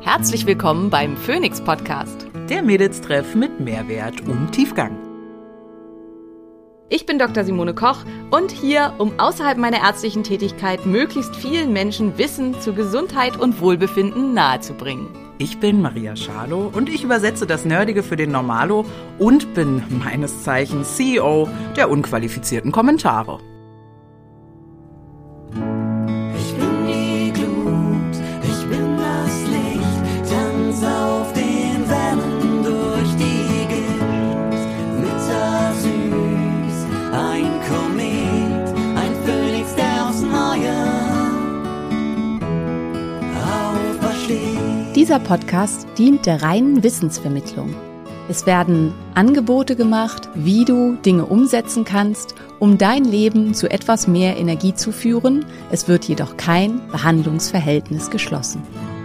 Herzlich willkommen beim Phoenix Podcast. Der Mädels-Treff mit Mehrwert und Tiefgang. Ich bin Dr. Simone Koch und hier, um außerhalb meiner ärztlichen Tätigkeit möglichst vielen Menschen Wissen zu Gesundheit und Wohlbefinden nahezubringen. Ich bin Maria Schalow und ich übersetze das Nerdige für den Normalo und bin meines Zeichens CEO der unqualifizierten Kommentare. Ich bin die Glut, ich bin das Licht, tanz auf den Wellen durch die Gegend. Bittersüß, ein Komet, ein Phönix, der aufs Neue aufersteht. Dieser Podcast dient der reinen Wissensvermittlung. Es werden Angebote gemacht, wie du Dinge umsetzen kannst, um dein Leben zu etwas mehr Energie zu führen. Es wird jedoch kein Behandlungsverhältnis geschlossen.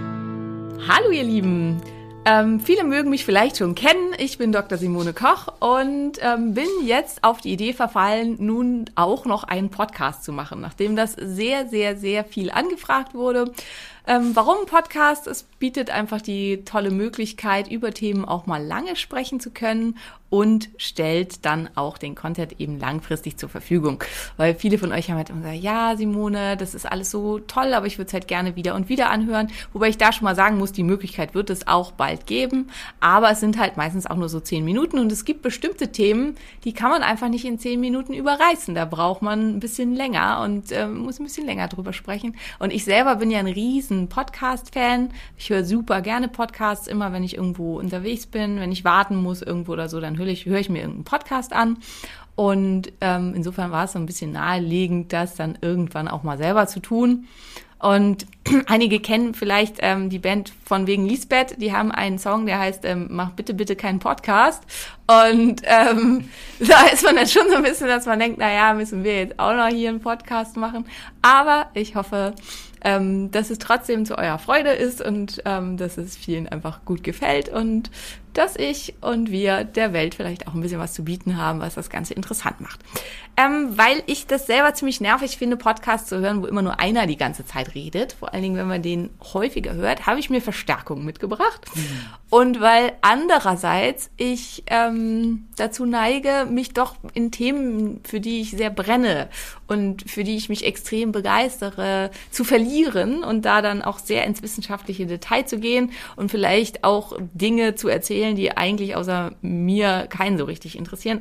Hallo ihr Lieben! Viele mögen mich vielleicht schon kennen. Ich bin Dr. Simone Koch und bin jetzt auf die Idee verfallen, nun auch noch einen Podcast zu machen, nachdem das sehr, sehr, sehr viel angefragt wurde. Warum ein Podcast? Es bietet einfach die tolle Möglichkeit, über Themen auch mal lange sprechen zu können und stellt dann auch den Content eben langfristig zur Verfügung. Weil viele von euch haben halt immer gesagt, ja Simone, das ist alles so toll, aber ich würde es halt gerne wieder und wieder anhören. Wobei ich da schon mal sagen muss, die Möglichkeit wird es auch bald geben. Aber es sind halt meistens auch nur so 10 Minuten und es gibt bestimmte Themen, die kann man einfach nicht in 10 Minuten überreißen. Da braucht man ein bisschen länger und muss ein bisschen länger drüber sprechen. Und ich selber bin ja ein riesen Podcast-Fan. Ich höre super gerne Podcasts, immer wenn ich irgendwo unterwegs bin, wenn ich warten muss irgendwo oder so, dann höre ich mir irgendeinen Podcast an. Und insofern war es so ein bisschen naheliegend, das dann irgendwann auch mal selber zu tun. Und einige kennen vielleicht die Band von wegen Lisbeth, die haben einen Song, der heißt Mach bitte, bitte keinen Podcast. Und da ist man dann schon so ein bisschen, dass man denkt, naja, müssen wir jetzt auch noch hier einen Podcast machen. Aber ich hoffe, dass es trotzdem zu eurer Freude ist und dass es vielen einfach gut gefällt und dass ich und wir der Welt vielleicht auch ein bisschen was zu bieten haben, was das Ganze interessant macht. Weil ich das selber ziemlich nervig finde, Podcasts zu hören, wo immer nur einer die ganze Zeit redet. Vor allen Dingen, wenn man den häufiger hört, habe ich mir Verstärkung mitgebracht. Und weil andererseits ich dazu neige, mich doch in Themen, für die ich sehr brenne und für die ich mich extrem begeistere, zu verlieren und da dann auch sehr ins wissenschaftliche Detail zu gehen und vielleicht auch Dinge zu erzählen, die eigentlich außer mir keinen so richtig interessieren,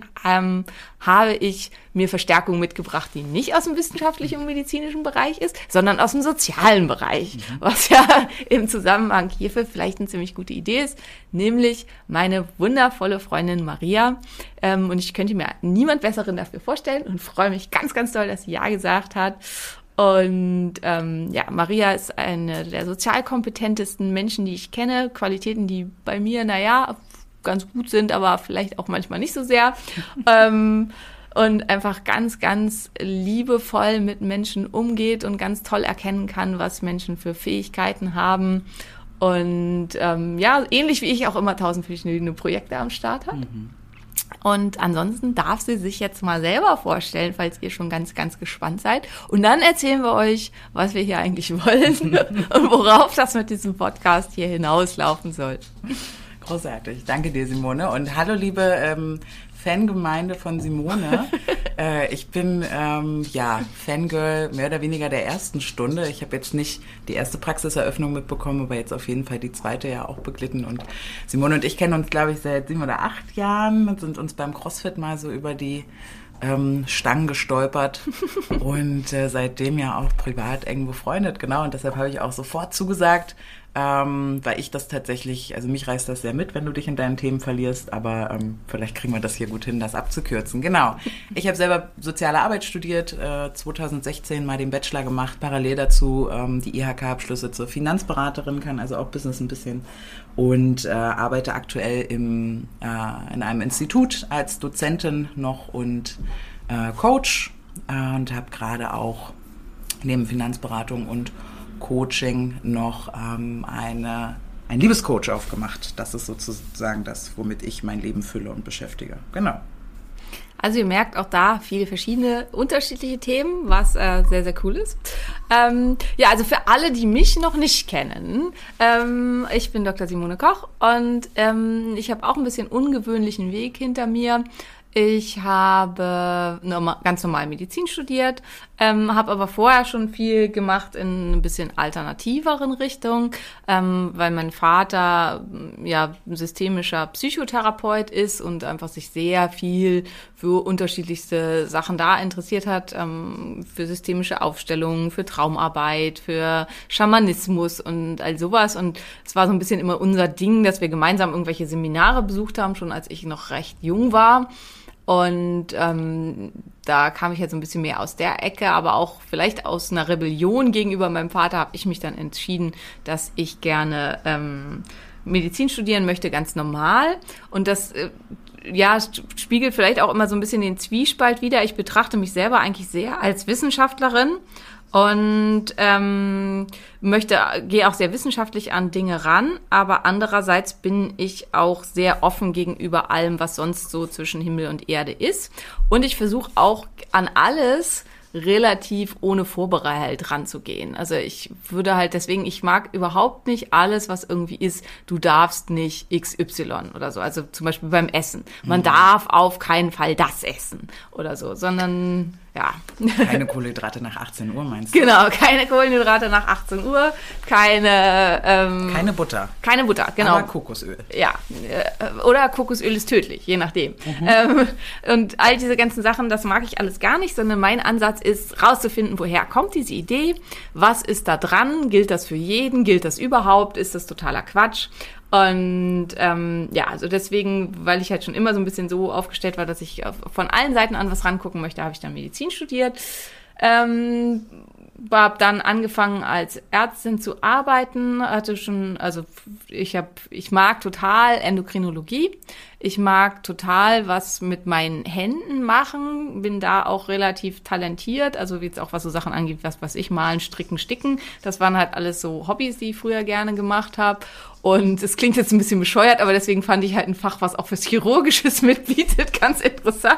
habe ich mir Verstärkung mitgebracht, die nicht aus dem wissenschaftlichen und medizinischen Bereich ist, sondern aus dem sozialen Bereich, was ja im Zusammenhang hierfür vielleicht eine ziemlich gute Idee ist, nämlich meine wundervolle Freundin Maria. Und ich könnte mir niemand Besseren dafür vorstellen und freue mich ganz, ganz doll, dass sie Ja gesagt hat. Und Maria ist eine der sozial kompetentesten Menschen, die ich kenne. Qualitäten, die bei mir, ganz gut sind, aber vielleicht auch manchmal nicht so sehr. Und einfach ganz, ganz liebevoll mit Menschen umgeht und ganz toll erkennen kann, was Menschen für Fähigkeiten haben. Und ähnlich wie ich auch immer 1000 verschiedene Projekte am Start hat. Und ansonsten darf sie sich jetzt mal selber vorstellen, falls ihr schon ganz, ganz gespannt seid. Und dann erzählen wir euch, was wir hier eigentlich wollen und worauf das mit diesem Podcast hier hinauslaufen soll. Großartig. Danke dir, Simone. Und hallo, liebe Fangemeinde von Simone. Ich bin Fangirl mehr oder weniger der ersten Stunde. Ich habe jetzt nicht die erste Praxiseröffnung mitbekommen, aber jetzt auf jeden Fall die zweite ja auch beglitten. Und Simone und ich kennen uns, glaube ich, seit 7 oder 8 Jahren und sind uns beim CrossFit mal so über die Stangen gestolpert und seitdem ja auch privat eng befreundet. Genau, und deshalb habe ich auch sofort zugesagt, weil ich das tatsächlich, also mich reißt das sehr mit, wenn du dich in deinen Themen verlierst, aber vielleicht kriegen wir das hier gut hin, das abzukürzen. Genau. Ich habe selber soziale Arbeit studiert, 2016 mal den Bachelor gemacht, parallel dazu die IHK-Abschlüsse zur Finanzberaterin, kann also auch Business ein bisschen und arbeite aktuell in einem Institut als Dozentin noch und Coach und habe gerade auch neben Finanzberatung und Coaching noch ein Liebescoach aufgemacht. Das ist sozusagen das, womit ich mein Leben fülle und beschäftige. Genau. Also ihr merkt auch da viele verschiedene, unterschiedliche Themen, was sehr, sehr cool ist. Ja, also für alle, die mich noch nicht kennen, ich bin Dr. Simone Koch und ich habe auch ein bisschen ungewöhnlichen Weg hinter mir. Ich habe ganz normal Medizin studiert, habe aber vorher schon viel gemacht in ein bisschen alternativeren Richtung, weil mein Vater ja systemischer Psychotherapeut ist und einfach sich sehr viel für unterschiedlichste Sachen da interessiert hat, für systemische Aufstellungen, für Traumarbeit, für Schamanismus und all sowas. Und es war so ein bisschen immer unser Ding, dass wir gemeinsam irgendwelche Seminare besucht haben, schon als ich noch recht jung war. Und da kam ich jetzt ein bisschen mehr aus der Ecke, aber auch vielleicht aus einer Rebellion gegenüber meinem Vater habe ich mich dann entschieden, dass ich gerne Medizin studieren möchte, ganz normal. Und das spiegelt vielleicht auch immer so ein bisschen den Zwiespalt wider. Ich betrachte mich selber eigentlich sehr als Wissenschaftlerin und gehe auch sehr wissenschaftlich an Dinge ran, aber andererseits bin ich auch sehr offen gegenüber allem, was sonst so zwischen Himmel und Erde ist. Und ich versuche auch an alles relativ ohne Vorbehalt ranzugehen. Also ich mag überhaupt nicht alles, was irgendwie ist, du darfst nicht XY oder so. Also zum Beispiel beim Essen. Man darf auf keinen Fall das essen oder so, sondern ja. Keine Kohlenhydrate nach 18 Uhr, meinst du? Genau, keine Kohlenhydrate nach 18 Uhr, keine Butter. Keine Butter, genau. Aber Kokosöl. Ja, oder Kokosöl ist tödlich, je nachdem. Und all diese ganzen Sachen, das mag ich alles gar nicht, sondern mein Ansatz ist, rauszufinden, woher kommt diese Idee, was ist da dran, gilt das für jeden, gilt das überhaupt, ist das totaler Quatsch? Und also deswegen, weil ich halt schon immer so ein bisschen so aufgestellt war, dass ich von allen Seiten an was rangucken möchte, habe ich dann Medizin studiert. Habe dann angefangen als Ärztin zu arbeiten, ich mag total Endokrinologie, ich mag total was mit meinen Händen machen, bin da auch relativ talentiert, also wie jetzt auch was so Sachen angeht, was ich malen, stricken, sticken, das waren halt alles so Hobbys, die ich früher gerne gemacht habe. Und es klingt jetzt ein bisschen bescheuert, aber deswegen fand ich halt ein Fach, was auch fürs Chirurgisches mitbietet, ganz interessant.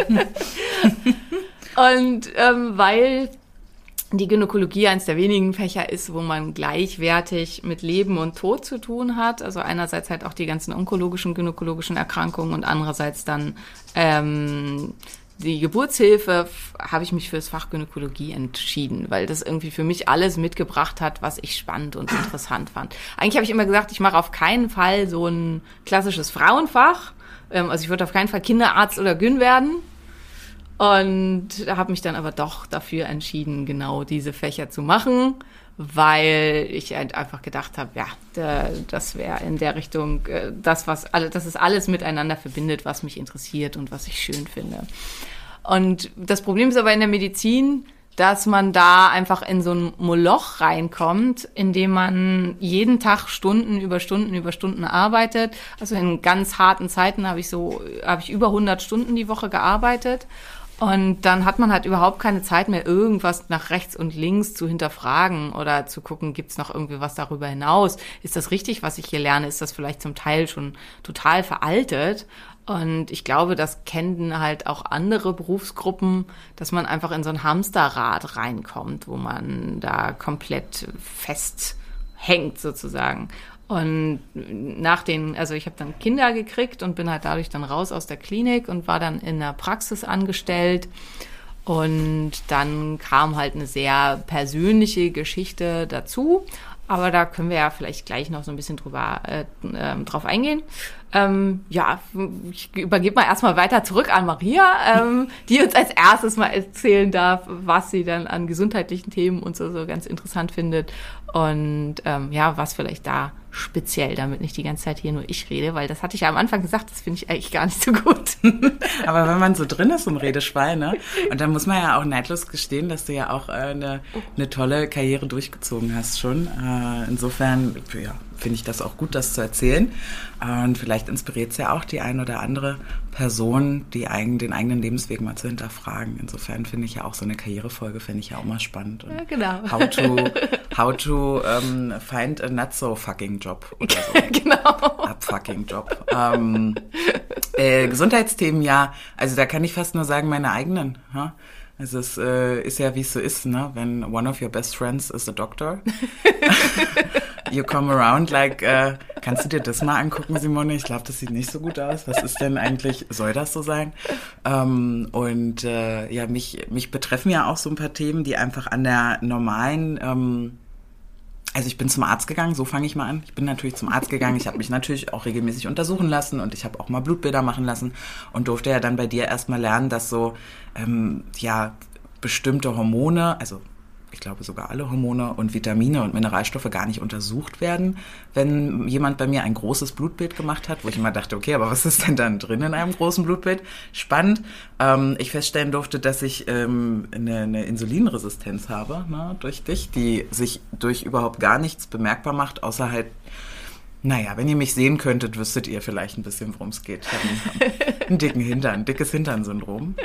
Und weil die Gynäkologie eines der wenigen Fächer ist, wo man gleichwertig mit Leben und Tod zu tun hat. Also einerseits halt auch die ganzen onkologischen, gynäkologischen Erkrankungen und andererseits dann die Geburtshilfe, habe ich mich für das Fach Gynäkologie entschieden, weil das irgendwie für mich alles mitgebracht hat, was ich spannend und interessant fand. Eigentlich habe ich immer gesagt, ich mache auf keinen Fall so ein klassisches Frauenfach. Also ich würde auf keinen Fall Kinderarzt oder Gyn werden. Und habe mich dann aber doch dafür entschieden, genau diese Fächer zu machen, weil ich halt einfach gedacht habe, ja, das wäre in der Richtung das ist alles miteinander verbindet, was mich interessiert und was ich schön finde. Und das Problem ist aber in der Medizin, dass man da einfach in so ein Moloch reinkommt, in dem man jeden Tag Stunden über Stunden arbeitet. Also in ganz harten Zeiten habe ich über 100 Stunden die Woche gearbeitet. Und dann hat man halt überhaupt keine Zeit mehr, irgendwas nach rechts und links zu hinterfragen oder zu gucken, gibt's noch irgendwie was darüber hinaus? Ist das richtig, was ich hier lerne? Ist das vielleicht zum Teil schon total veraltet? Und ich glaube, das kennen halt auch andere Berufsgruppen, dass man einfach in so ein Hamsterrad reinkommt, wo man da komplett festhängt sozusagen. Und ich habe dann Kinder gekriegt und bin halt dadurch dann raus aus der Klinik und war dann in der Praxis angestellt. Und dann kam halt eine sehr persönliche Geschichte dazu. Aber da können wir ja vielleicht gleich noch so ein bisschen drauf eingehen. Ich übergebe mal erstmal weiter zurück an Maria, die uns als erstes mal erzählen darf, was sie dann an gesundheitlichen Themen und so ganz interessant findet. Und was vielleicht da speziell, damit nicht die ganze Zeit hier nur ich rede, weil das hatte ich ja am Anfang gesagt, das finde ich eigentlich gar nicht so gut. Aber wenn man so drin ist im Redeschwall, ne? Und dann muss man ja auch neidlos gestehen, dass du ja auch eine tolle Karriere durchgezogen hast schon. Insofern, finde ich das auch gut, das zu erzählen. Und vielleicht inspiriert es ja auch die ein oder andere Person, den eigenen Lebensweg mal zu hinterfragen. Insofern finde ich ja auch so eine Karrierefolge, finde ich ja auch mal spannend. Und ja, genau. How to find a not so fucking job oder so. Genau. Abfucking Job. Gesundheitsthemen, ja. Also da kann ich fast nur sagen, meine eigenen. Ha? Also es ist ja, wie es so ist, ne? Wenn one of your best friends is a doctor, you come around like, kannst du dir das mal angucken, Simone? Ich glaube, das sieht nicht so gut aus. Was ist denn eigentlich, soll das so sein? Ja, mich betreffen ja auch so ein paar Themen, die einfach an der normalen, also ich bin zum Arzt gegangen, so fange ich mal an. Ich bin natürlich zum Arzt gegangen, ich habe mich natürlich auch regelmäßig untersuchen lassen und ich habe auch mal Blutbilder machen lassen und durfte ja dann bei dir erstmal lernen, dass so bestimmte Hormone, also ich glaube sogar alle Hormone und Vitamine und Mineralstoffe gar nicht untersucht werden, wenn jemand bei mir ein großes Blutbild gemacht hat, wo ich immer dachte, okay, aber was ist denn dann drin in einem großen Blutbild? Spannend. Ich feststellen durfte, dass ich eine Insulinresistenz habe, ne, durch dich, die sich durch überhaupt gar nichts bemerkbar macht, außer halt, naja, wenn ihr mich sehen könntet, wüsstet ihr vielleicht ein bisschen, worum es geht. Ich habe einen dicken Hintern, ein dickes Hintern-Syndrom.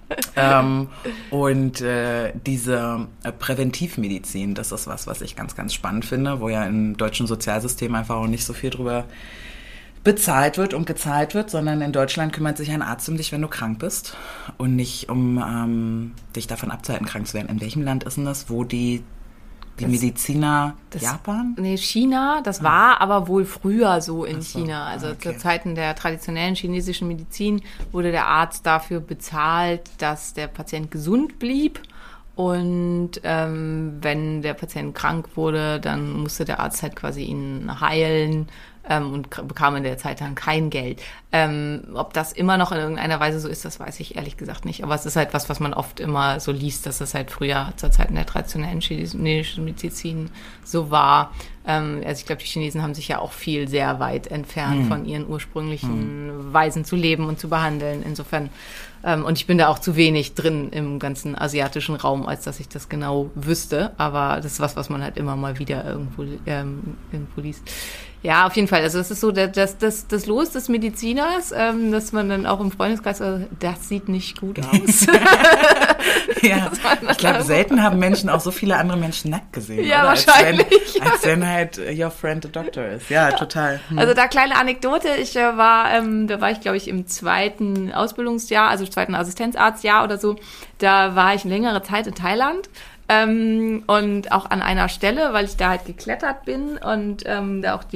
Diese Präventivmedizin, das ist was ich ganz, ganz spannend finde, wo ja im deutschen Sozialsystem einfach auch nicht so viel drüber bezahlt wird und gezahlt wird, sondern in Deutschland kümmert sich ein Arzt um dich, wenn du krank bist und nicht um dich davon abzuhalten, krank zu werden. In welchem Land ist denn das, wo die Mediziner, Japan? Nee, China, das war aber wohl früher so in China. Also okay. Zu Zeiten der traditionellen chinesischen Medizin wurde der Arzt dafür bezahlt, dass der Patient gesund blieb. Und wenn der Patient krank wurde, dann musste der Arzt halt quasi ihn heilen und bekam in der Zeit dann kein Geld. Ob das immer noch in irgendeiner Weise so ist, das weiß ich ehrlich gesagt nicht. Aber es ist halt was man oft immer so liest, dass es halt früher zur Zeiten der traditionellen chinesischen Medizin so war. Also ich glaube, die Chinesen haben sich ja auch sehr weit entfernt von ihren ursprünglichen Weisen zu leben und zu behandeln. Insofern, und ich bin da auch zu wenig drin im ganzen asiatischen Raum, als dass ich das genau wüsste. Aber das ist was man halt immer mal wieder irgendwo liest. Ja, auf jeden Fall. Also es ist so, das Los des Mediziners, dass man dann auch im Freundeskreis, das sieht nicht gut aus. Ja, ich glaube, selten haben Menschen auch so viele andere Menschen nackt gesehen. Ja, oder? wahrscheinlich. Als wenn halt your friend a doctor ist. Ja, total. Also da kleine Anekdote. Da war ich, glaube ich, im 2. Ausbildungsjahr, also 2. Assistenzarztjahr oder so. Da war ich längere Zeit in Thailand. Und auch an einer Stelle, weil ich da halt geklettert bin und da auch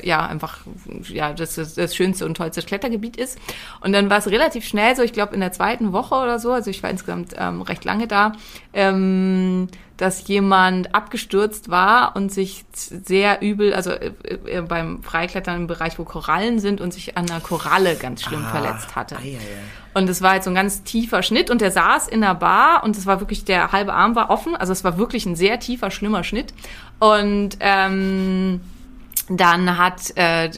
das schönste und tollste Klettergebiet ist. Und dann war es relativ schnell so, ich glaube in der 2. Woche oder so, also ich war insgesamt recht lange da, dass jemand abgestürzt war und sich sehr übel, also beim Freiklettern im Bereich, wo Korallen sind, und sich an einer Koralle ganz schlimm verletzt hatte. Und es war halt so ein ganz tiefer Schnitt und der saß in der Bar und es war wirklich, der halbe Arm war offen, also es war wirklich ein sehr tiefer, schlimmer Schnitt. Und dann hat da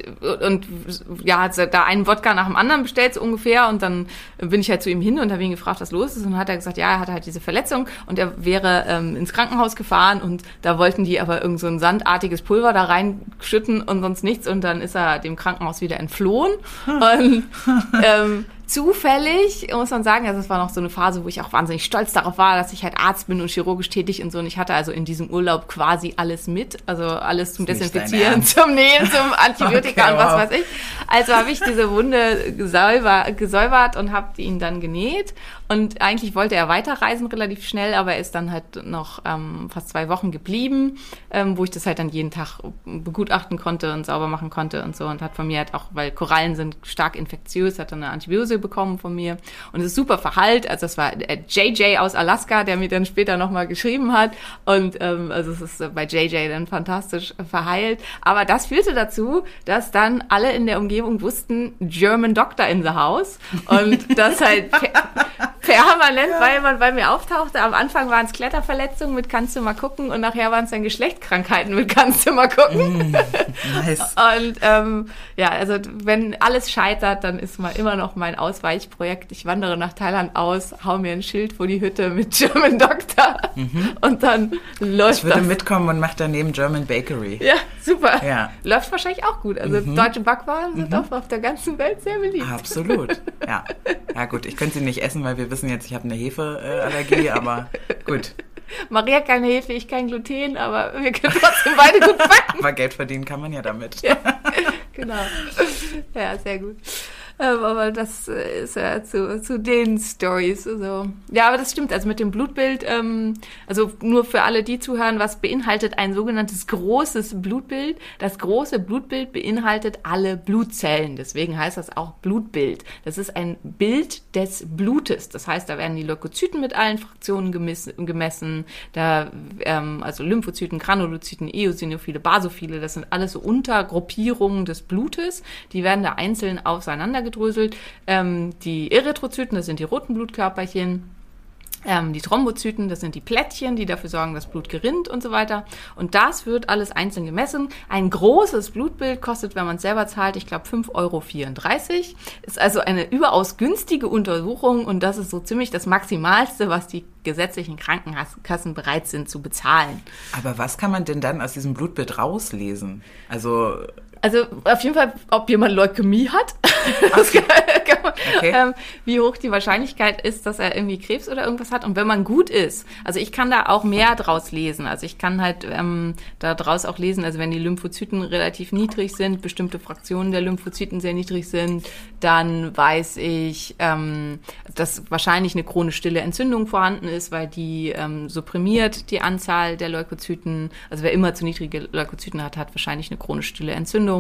einen Wodka nach dem anderen bestellt, so ungefähr, und dann bin ich halt zu ihm hin und habe ihn gefragt, was los ist, und dann hat er gesagt, ja, er hatte halt diese Verletzung und er wäre ins Krankenhaus gefahren und da wollten die aber irgend so ein sandartiges Pulver da reinschütten und sonst nichts, und dann ist er dem Krankenhaus wieder entflohen. Und zufällig, muss man sagen, also es war noch so eine Phase, wo ich auch wahnsinnig stolz darauf war, dass ich halt Arzt bin und chirurgisch tätig und so, und ich hatte also in diesem Urlaub quasi alles mit, also alles zum Desinfizieren, zum Nähen, zum Antibiotika und was weiß ich. Also habe ich diese Wunde gesäubert und habe ihn dann genäht, und eigentlich wollte er weiterreisen relativ schnell, aber er ist dann halt noch fast 2 Wochen geblieben, wo ich das halt dann jeden Tag begutachten konnte und sauber machen konnte und so, und hat von mir halt auch, weil Korallen sind stark infektiös, hat dann eine Antibiose bekommen von mir und es ist super verheilt. Also das war JJ aus Alaska, der mir dann später nochmal geschrieben hat, und also es ist bei JJ dann fantastisch verheilt. Aber das führte dazu, dass dann alle in der Umgebung wussten, German Doctor in the house, und das halt permanent, weil man bei mir auftauchte. Am Anfang waren es Kletterverletzungen mit kannst du mal gucken und nachher waren es dann Geschlechtskrankheiten mit kannst du mal gucken. Nice. Und also wenn alles scheitert, dann ist mal immer noch mein Ausweichprojekt. Ich wandere nach Thailand aus, hau mir ein Schild vor die Hütte mit German Doctor und dann läuft Ich würde das. mitkommen und mache daneben German Bakery. Ja, super. Ja. Läuft wahrscheinlich auch gut. Also deutsche Backwaren sind auf der ganzen Welt sehr beliebt. Absolut. Ja. Ja gut, ich könnte sie nicht essen, weil wir wissen jetzt, ich habe eine Hefeallergie, aber gut. Maria keine Hefe, ich kein Gluten, aber wir können trotzdem beide gut backen. Aber Geld verdienen kann man ja damit. Ja, genau. Ja, sehr gut. Aber das ist ja zu den Stories. Also. Ja, aber das stimmt. Also mit dem Blutbild, also nur für alle, die zuhören, was beinhaltet ein sogenanntes großes Blutbild? Das große Blutbild beinhaltet alle Blutzellen. Deswegen heißt das auch Blutbild. Das ist ein Bild des Blutes. Das heißt, da werden die Leukozyten mit allen Fraktionen gemessen. Da, also Lymphozyten, Granulozyten, Eosinophile, Basophile, das sind alles so Untergruppierungen des Blutes. Die werden da einzeln aufeinander gedröselt. Die Erythrozyten, das sind die roten Blutkörperchen. Die Thrombozyten, das sind die Plättchen, die dafür sorgen, dass Blut gerinnt und so weiter. Und das wird alles einzeln gemessen. Ein großes Blutbild kostet, wenn man es selber zahlt, ich glaube 5,34 €. Ist also eine überaus günstige Untersuchung und das ist so ziemlich das Maximalste, was die gesetzlichen Krankenkassen bereit sind zu bezahlen. Aber was kann man denn dann aus diesem Blutbild rauslesen? Also auf jeden Fall, ob jemand Leukämie hat. Okay. Okay. Wie hoch die Wahrscheinlichkeit ist, dass er irgendwie Krebs oder irgendwas hat. Und wenn man gut ist, also ich kann da auch mehr draus lesen. Also ich kann halt da draus auch lesen, also wenn die Lymphozyten relativ niedrig sind, bestimmte Fraktionen der Lymphozyten sehr niedrig sind, dann weiß ich, dass wahrscheinlich eine chronisch stille Entzündung vorhanden ist, weil die supprimiert die Anzahl der Leukozyten. Also wer immer zu niedrige Leukozyten hat, hat wahrscheinlich eine chronisch stille Entzündung.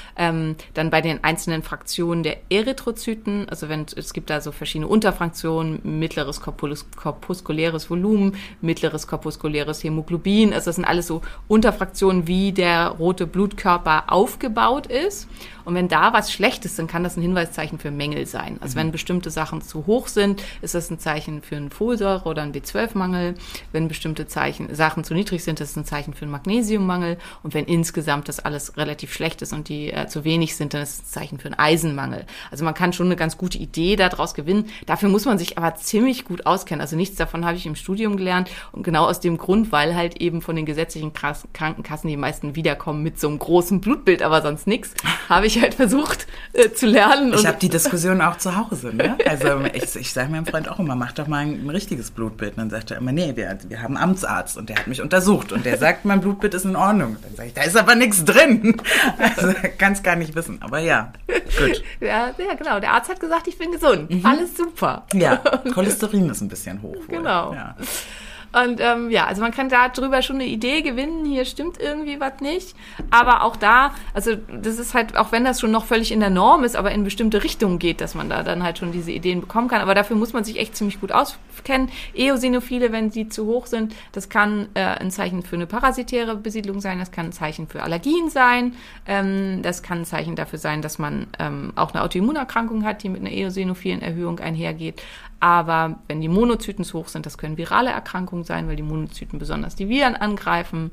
Dann bei den einzelnen Fraktionen der Erythrozyten, also es gibt da so verschiedene Unterfraktionen, mittleres korpuskuläres Volumen, mittleres korpuskuläres Hämoglobin, also das sind alles so Unterfraktionen, wie der rote Blutkörper aufgebaut ist. Und wenn da was schlecht ist, dann kann das ein Hinweiszeichen für Mängel sein. Also wenn bestimmte Sachen zu hoch sind, ist das ein Zeichen für einen Folsäure- oder einen B12-Mangel. Wenn bestimmte Sachen zu niedrig sind, ist das ein Zeichen für einen Magnesiummangel. Und wenn insgesamt das alles relativ schlecht ist und die zu wenig sind, dann ist es ein Zeichen für einen Eisenmangel. Also man kann schon eine ganz gute Idee daraus gewinnen. Dafür muss man sich aber ziemlich gut auskennen. Also nichts davon habe ich im Studium gelernt. Und genau aus dem Grund, weil halt eben von den gesetzlichen Krankenkassen die meisten wiederkommen mit so einem großen Blutbild, aber sonst nichts, habe ich halt versucht zu lernen. Ich habe die Diskussion auch zu Hause. Ne? Also ich sage meinem Freund auch immer, mach doch mal ein richtiges Blutbild. Und dann sagt er immer, nee, wir haben einen Amtsarzt und der hat mich untersucht und der sagt, mein Blutbild ist in Ordnung. Dann sage ich, da ist aber nichts drin. Also kann es gar nicht wissen. Aber ja, gut. Ja, genau. Der Arzt hat gesagt, ich bin gesund. Alles super. Ja, Cholesterin ist ein bisschen hoch. Wohl. Genau. Ja. Und also man kann darüber schon eine Idee gewinnen, hier stimmt irgendwie was nicht. Aber auch da, also das ist halt, auch wenn das schon noch völlig in der Norm ist, aber in bestimmte Richtungen geht, dass man da dann halt schon diese Ideen bekommen kann. Aber dafür muss man sich echt ziemlich gut auskennen. Eosinophile, wenn die zu hoch sind, das kann ein Zeichen für eine parasitäre Besiedlung sein, das kann ein Zeichen für Allergien sein, das kann ein Zeichen dafür sein, dass man auch eine Autoimmunerkrankung hat, die mit einer eosinophilen Erhöhung einhergeht. Aber wenn die Monozyten zu hoch sind, das können virale Erkrankungen sein, weil die Monozyten besonders die Viren angreifen.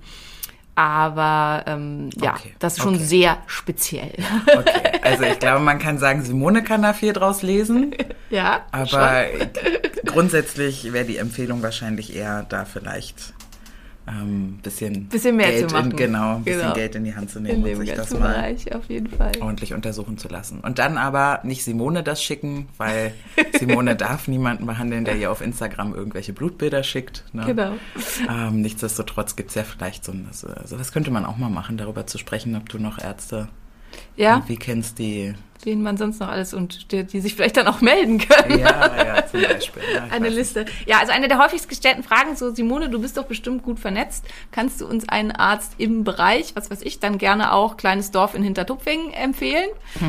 Aber das ist schon sehr speziell. Okay, also ich glaube, man kann sagen, Simone kann da viel draus lesen. Ja, aber grundsätzlich wäre die Empfehlung wahrscheinlich eher, da vielleicht bisschen mehr Geld zu machen. Bisschen Geld in die Hand zu nehmen und sich das mal Bereich auf jeden Fall ordentlich untersuchen zu lassen. Und dann aber nicht Simone das schicken, weil Simone darf niemanden behandeln, der ihr auf Instagram irgendwelche Blutbilder schickt. Ne? Genau. Nichtsdestotrotz gibt es ja vielleicht sowas könnte man auch mal machen, darüber zu sprechen, ob du noch Ärzte wie kennst, wen man sonst noch alles und die sich vielleicht dann auch melden können. Ja, zum Beispiel. Ja, eine Liste. Ja, also eine der häufigst gestellten Fragen, so Simone, du bist doch bestimmt gut vernetzt. Kannst du uns einen Arzt im Bereich, was weiß ich, dann gerne auch kleines Dorf in Hintertupfingen empfehlen?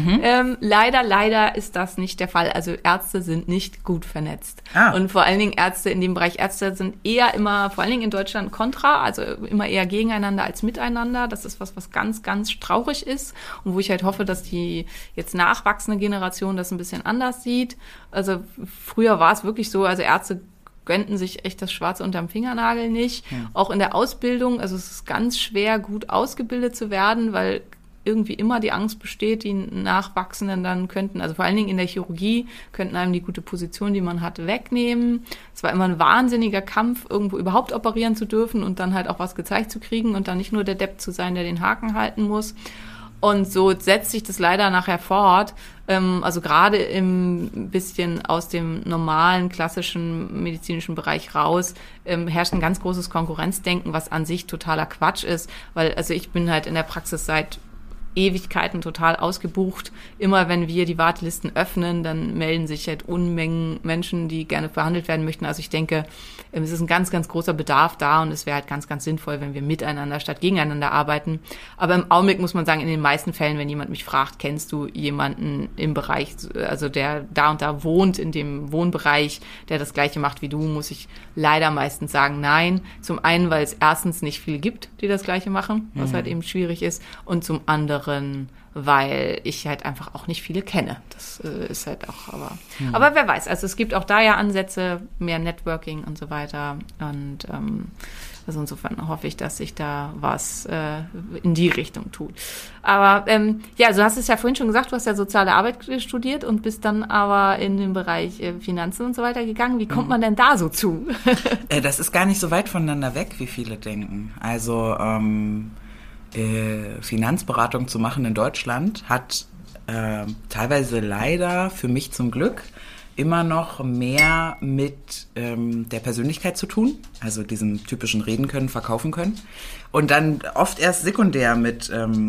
Leider ist das nicht der Fall. Also Ärzte sind nicht gut vernetzt. Und vor allen Dingen Ärzte in dem Bereich, Ärzte sind eher immer, vor allen Dingen in Deutschland, kontra, also immer eher gegeneinander als miteinander. Das ist was ganz, ganz traurig ist und wo ich halt hoffe, dass die jetzt nach nachwachsende Generation das ein bisschen anders sieht. Also früher war es wirklich so, also Ärzte gönnten sich echt das Schwarze unterm Fingernagel nicht. Ja. Auch in der Ausbildung, also es ist ganz schwer, gut ausgebildet zu werden, weil irgendwie immer die Angst besteht, die Nachwachsenden dann könnten, also vor allen Dingen in der Chirurgie, könnten einem die gute Position, die man hat, wegnehmen. Es war immer ein wahnsinniger Kampf, irgendwo überhaupt operieren zu dürfen und dann halt auch was gezeigt zu kriegen und dann nicht nur der Depp zu sein, der den Haken halten muss. Und so setzt sich das leider nachher fort. Also gerade im bisschen aus dem normalen, klassischen medizinischen Bereich raus herrscht ein ganz großes Konkurrenzdenken, was an sich totaler Quatsch ist. Weil also ich bin halt in der Praxis seit Ewigkeiten total ausgebucht. Immer wenn wir die Wartelisten öffnen, dann melden sich halt Unmengen Menschen, die gerne behandelt werden möchten. Also ich denke, es ist ein ganz, ganz großer Bedarf da und es wäre halt ganz, ganz sinnvoll, wenn wir miteinander statt gegeneinander arbeiten. Aber im Augenblick muss man sagen, in den meisten Fällen, wenn jemand mich fragt, kennst du jemanden im Bereich, also der da und da wohnt, in dem Wohnbereich, der das Gleiche macht wie du, muss ich leider meistens sagen, nein. Zum einen, weil es erstens nicht viele gibt, die das Gleiche machen, was halt eben schwierig ist. Und zum anderen, weil ich halt einfach auch nicht viele kenne. Das ist halt auch, aber wer weiß. Also es gibt auch da ja Ansätze, mehr Networking und so weiter. Und also insofern hoffe ich, dass sich da was in die Richtung tut. Aber ja, du hast es ja vorhin schon gesagt, du hast ja soziale Arbeit studiert und bist dann aber in den Bereich Finanzen und so weiter gegangen. Wie kommt man denn da so zu? Das ist gar nicht so weit voneinander weg, wie viele denken. Also Finanzberatung zu machen in Deutschland hat teilweise leider, für mich zum Glück, immer noch mehr mit der Persönlichkeit zu tun, also diesem typischen Reden können, verkaufen können und dann oft erst sekundär mit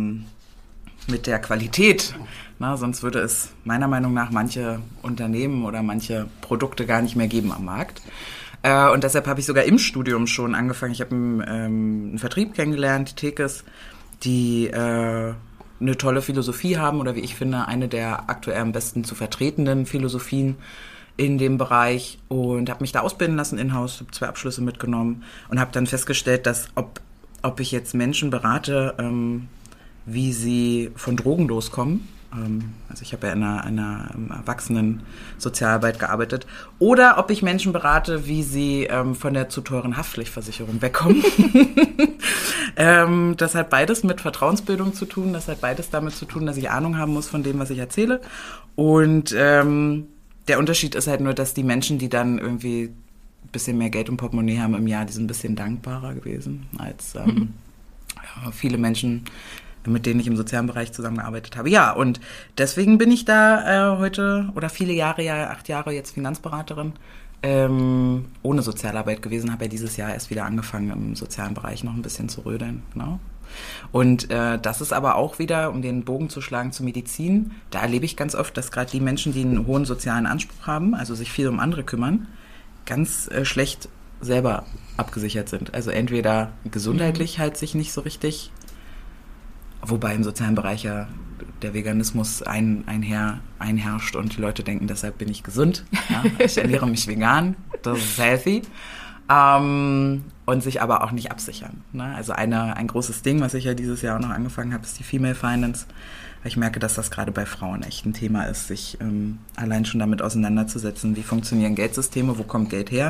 der Qualität. Na, sonst würde es meiner Meinung nach manche Unternehmen oder manche Produkte gar nicht mehr geben am Markt. Und deshalb habe ich sogar im Studium schon angefangen. Ich habe einen Vertrieb kennengelernt, die Tekes, die eine tolle Philosophie haben oder wie ich finde, eine der aktuell am besten zu vertretenden Philosophien in dem Bereich und habe mich da ausbilden lassen in-house, habe 2 Abschlüsse mitgenommen und habe dann festgestellt, dass ob ich jetzt Menschen berate, wie sie von Drogen loskommen, also ich habe ja in einer Erwachsenen-Sozialarbeit gearbeitet, oder ob ich Menschen berate, wie sie von der zu teuren Haftpflichtversicherung wegkommen. Das hat beides mit Vertrauensbildung zu tun, das hat beides damit zu tun, dass ich Ahnung haben muss von dem, was ich erzähle. Und der Unterschied ist halt nur, dass die Menschen, die dann irgendwie ein bisschen mehr Geld im Portemonnaie haben im Jahr, die sind ein bisschen dankbarer gewesen als viele Menschen, mit denen ich im sozialen Bereich zusammengearbeitet habe. Ja, und deswegen bin ich da heute oder viele Jahre, 8 Jahre jetzt Finanzberaterin, ohne Sozialarbeit gewesen, habe ja dieses Jahr erst wieder angefangen, im sozialen Bereich noch ein bisschen zu rödeln. Genau. Und das ist aber auch wieder, um den Bogen zu schlagen zur Medizin, da erlebe ich ganz oft, dass gerade die Menschen, die einen hohen sozialen Anspruch haben, also sich viel um andere kümmern, ganz schlecht selber abgesichert sind. Also entweder gesundheitlich halt sich nicht so richtig, wobei im sozialen Bereich ja der Veganismus einherrscht und die Leute denken, deshalb bin ich gesund. Ja, ich ernähre mich vegan, das ist healthy. Und sich aber auch nicht absichern. Ne? Also ein großes Ding, was ich ja dieses Jahr auch noch angefangen habe, ist die Female Finance. Ich merke, dass das gerade bei Frauen echt ein Thema ist, sich allein schon damit auseinanderzusetzen, wie funktionieren Geldsysteme, wo kommt Geld her,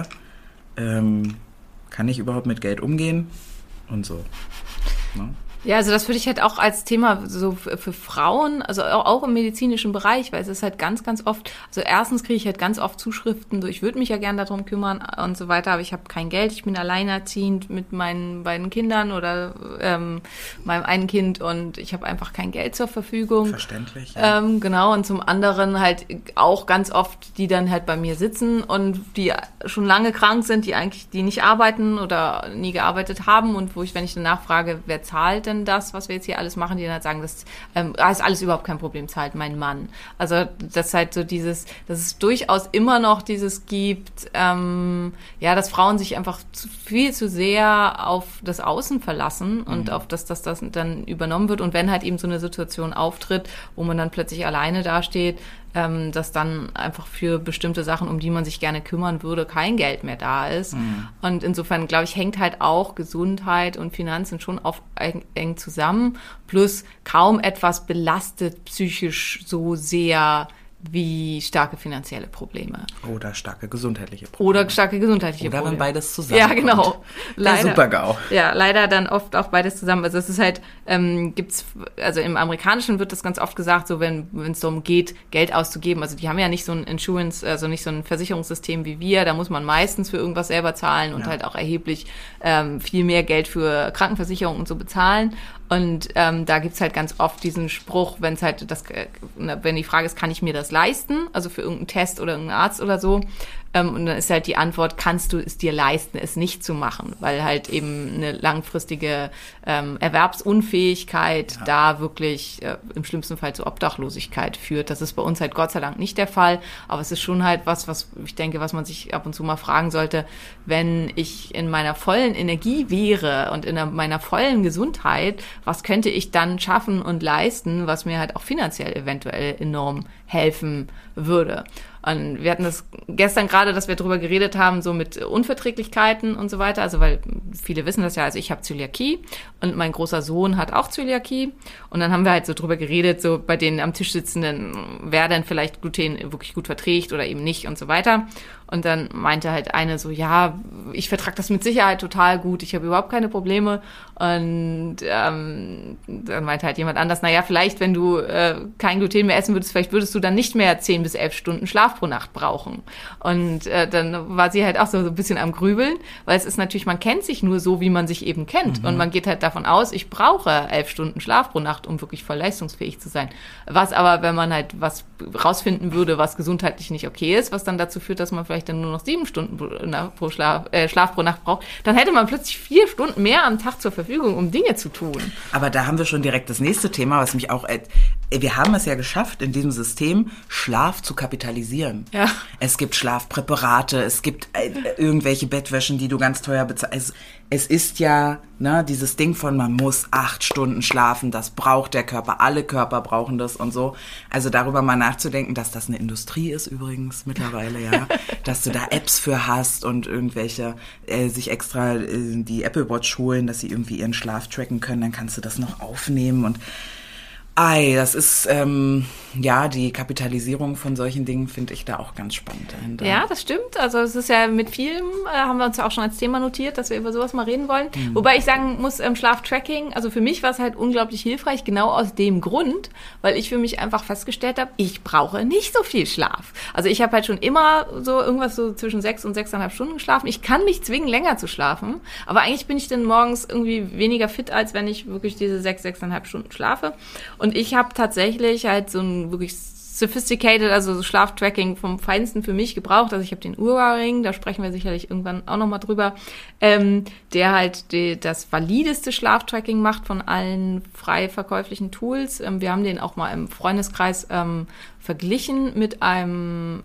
kann ich überhaupt mit Geld umgehen und so. Ne? Ja, also das würde ich halt auch als Thema so für Frauen, also auch im medizinischen Bereich, weil es ist halt ganz, ganz oft, also erstens kriege ich halt ganz oft Zuschriften, so ich würde mich ja gern darum kümmern und so weiter, aber ich habe kein Geld, ich bin alleinerziehend mit meinen beiden Kindern oder meinem einen Kind und ich habe einfach kein Geld zur Verfügung. Verständlich. Ja. Genau, und zum anderen halt auch ganz oft, die dann halt bei mir sitzen und die schon lange krank sind, die nicht arbeiten oder nie gearbeitet haben und wenn ich dann nachfrage, wer zahlt denn das, was wir jetzt hier alles machen, die dann halt sagen, das ist alles überhaupt kein Problem, zahlt mein Mann. Also das ist halt so dass es durchaus immer noch dieses gibt, dass Frauen sich einfach viel zu sehr auf das Außen verlassen und auf das dann übernommen wird und wenn halt eben so eine Situation auftritt, wo man dann plötzlich alleine dasteht, dass dann einfach für bestimmte Sachen, um die man sich gerne kümmern würde, kein Geld mehr da ist. Und insofern, glaube ich, hängt halt auch Gesundheit und Finanzen schon oft eng zusammen. Plus kaum etwas belastet psychisch so sehr wie starke finanzielle Probleme. Oder starke gesundheitliche Probleme. Oder wenn beides zusammen. Ja, genau. Leider, der Super-GAU. Ja, leider dann oft auch beides zusammen. Also es ist halt, also im Amerikanischen wird das ganz oft gesagt, so wenn es darum geht, Geld auszugeben. Also die haben ja nicht so ein Insurance, also nicht so ein Versicherungssystem wie wir. Da muss man meistens für irgendwas selber zahlen und halt auch erheblich viel mehr Geld für Krankenversicherung und so bezahlen. Und da gibt's halt ganz oft diesen Spruch, wenn es halt wenn die Frage ist, kann ich mir das leisten? Also für irgendeinen Test oder irgendeinen Arzt oder so. Und dann ist halt die Antwort, kannst du es dir leisten, es nicht zu machen? Weil halt eben eine langfristige Erwerbsunfähigkeit da wirklich im schlimmsten Fall zu Obdachlosigkeit führt. Das ist bei uns halt Gott sei Dank nicht der Fall. Aber es ist schon halt was ich denke, was man sich ab und zu mal fragen sollte, wenn ich in meiner vollen Energie wäre und in meiner vollen Gesundheit, was könnte ich dann schaffen und leisten, was mir halt auch finanziell eventuell enorm helfen würde. Und wir hatten das gestern gerade, dass wir darüber geredet haben, so mit Unverträglichkeiten und so weiter. Also weil viele wissen das ja, also ich habe Zöliakie und mein großer Sohn hat auch Zöliakie. Und dann haben wir halt so drüber geredet, so bei den am Tisch sitzenden, wer denn vielleicht Gluten wirklich gut verträgt oder eben nicht und so weiter. Und dann meinte halt eine so, ja, ich vertrage das mit Sicherheit total gut, ich habe überhaupt keine Probleme. Und dann meinte halt jemand anders, naja, vielleicht, wenn du kein Gluten mehr essen würdest, vielleicht würdest du dann nicht mehr 10 bis 11 Stunden Schlaf pro Nacht brauchen. Und dann war sie halt auch so ein bisschen am Grübeln, weil es ist natürlich, man kennt sich nur so, wie man sich eben kennt. Und man geht halt davon aus, ich brauche 11 Stunden Schlaf pro Nacht, um wirklich voll leistungsfähig zu sein. Was aber, wenn man halt was rausfinden würde, was gesundheitlich nicht okay ist, was dann dazu führt, dass man vielleicht dann nur noch 7 Stunden pro Schlaf pro Nacht braucht, dann hätte man plötzlich 4 Stunden mehr am Tag zur Verfügung, um Dinge zu tun. Aber da haben wir schon direkt das nächste Thema, was mich auch... wir haben es ja geschafft, in diesem System Schlaf zu kapitalisieren. Ja. Es gibt Schlafpräparate, es gibt irgendwelche Bettwäschen, die du ganz teuer bezahlst. Es ist ja dieses Ding von, man muss 8 Stunden schlafen, das braucht der Körper, alle Körper brauchen das und so. Also darüber mal nachzudenken, dass das eine Industrie ist übrigens mittlerweile, ja. Dass du da Apps für hast und irgendwelche sich extra die Apple Watch holen, dass sie irgendwie ihren Schlaf tracken können, dann kannst du das noch aufnehmen und das ist, die Kapitalisierung von solchen Dingen finde ich da auch ganz spannend dahinter. Ja, das stimmt. Also es ist ja mit vielem, haben wir uns ja auch schon als Thema notiert, dass wir über sowas mal reden wollen. Wobei ich sagen muss, Schlaftracking, also für mich war es halt unglaublich hilfreich, genau aus dem Grund, weil ich für mich einfach festgestellt habe, ich brauche nicht so viel Schlaf. Also ich habe halt schon immer so irgendwas so zwischen 6 und 6,5 Stunden geschlafen. Ich kann mich zwingen, länger zu schlafen, aber eigentlich bin ich dann morgens irgendwie weniger fit, als wenn ich wirklich diese 6,5 Stunden schlafe. Und ich habe tatsächlich halt so ein wirklich sophisticated, also so Schlaftracking vom Feinsten für mich gebraucht. Also ich habe den Oura-Ring, da sprechen wir sicherlich irgendwann auch nochmal drüber, der halt das valideste Schlaftracking macht von allen frei verkäuflichen Tools. Wir haben den auch mal im Freundeskreis verglichen mit einem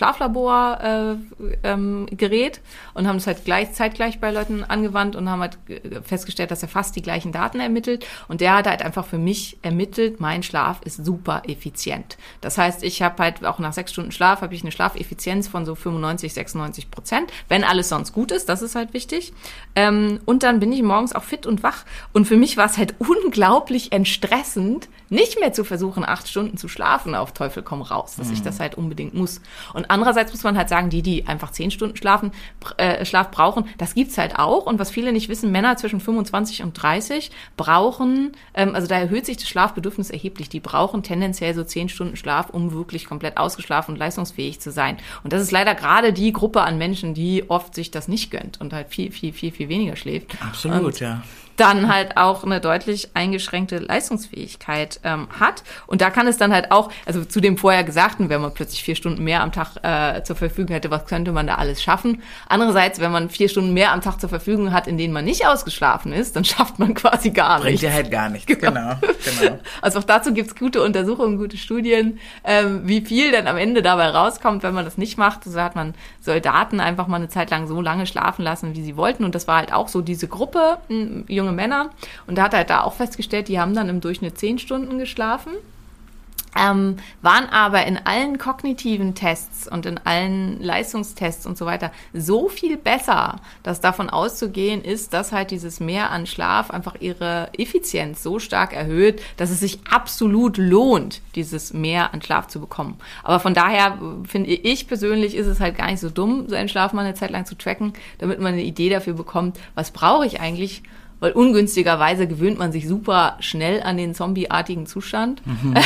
Schlaflabor-Gerät und haben es halt zeitgleich bei Leuten angewandt und haben halt festgestellt, dass er fast die gleichen Daten ermittelt. Und der hat halt einfach für mich ermittelt, mein Schlaf ist super effizient. Das heißt, ich habe halt auch nach 6 Stunden Schlaf, habe ich eine Schlafeffizienz von so 95-96%, wenn alles sonst gut ist, das ist halt wichtig. Und dann bin ich morgens auch fit und wach. Und für mich war es halt unglaublich entstressend, nicht mehr zu versuchen, 8 Stunden zu schlafen, auf Teufel komm raus, dass ich das halt unbedingt muss. Und andererseits muss man halt sagen, die einfach 10 Stunden Schlaf brauchen, das gibt's halt auch. Und was viele nicht wissen, Männer zwischen 25 und 30 brauchen, also da erhöht sich das Schlafbedürfnis erheblich, die brauchen tendenziell so 10 Stunden Schlaf, um wirklich komplett ausgeschlafen und leistungsfähig zu sein. Und das ist leider gerade die Gruppe an Menschen, die oft sich das nicht gönnt und halt viel weniger schläft. Absolut, und ja. Dann halt auch eine deutlich eingeschränkte Leistungsfähigkeit hat. Und da kann es dann halt auch, also zu dem vorher Gesagten, wenn man plötzlich 4 Stunden mehr am Tag zur Verfügung hätte, was könnte man da alles schaffen? Andererseits, wenn man 4 Stunden mehr am Tag zur Verfügung hat, in denen man nicht ausgeschlafen ist, dann schafft man quasi gar nichts. Bringt ja halt gar nichts, genau. Also auch dazu gibt's gute Untersuchungen, gute Studien, wie viel dann am Ende dabei rauskommt, wenn man das nicht macht. Also hat man Soldaten einfach mal eine Zeit lang so lange schlafen lassen, wie sie wollten. Und das war halt auch so diese Gruppe, junge Männer. Und da hat er halt da auch festgestellt, die haben dann im Durchschnitt 10 Stunden geschlafen. waren aber in allen kognitiven Tests und in allen Leistungstests und so weiter so viel besser, dass davon auszugehen ist, dass halt dieses Mehr an Schlaf einfach ihre Effizienz so stark erhöht, dass es sich absolut lohnt, dieses Mehr an Schlaf zu bekommen. Aber von daher finde ich persönlich, ist es halt gar nicht so dumm, seinen Schlaf mal eine Zeit lang zu tracken, damit man eine Idee dafür bekommt, was brauche ich eigentlich. Weil ungünstigerweise gewöhnt man sich super schnell an den zombieartigen Zustand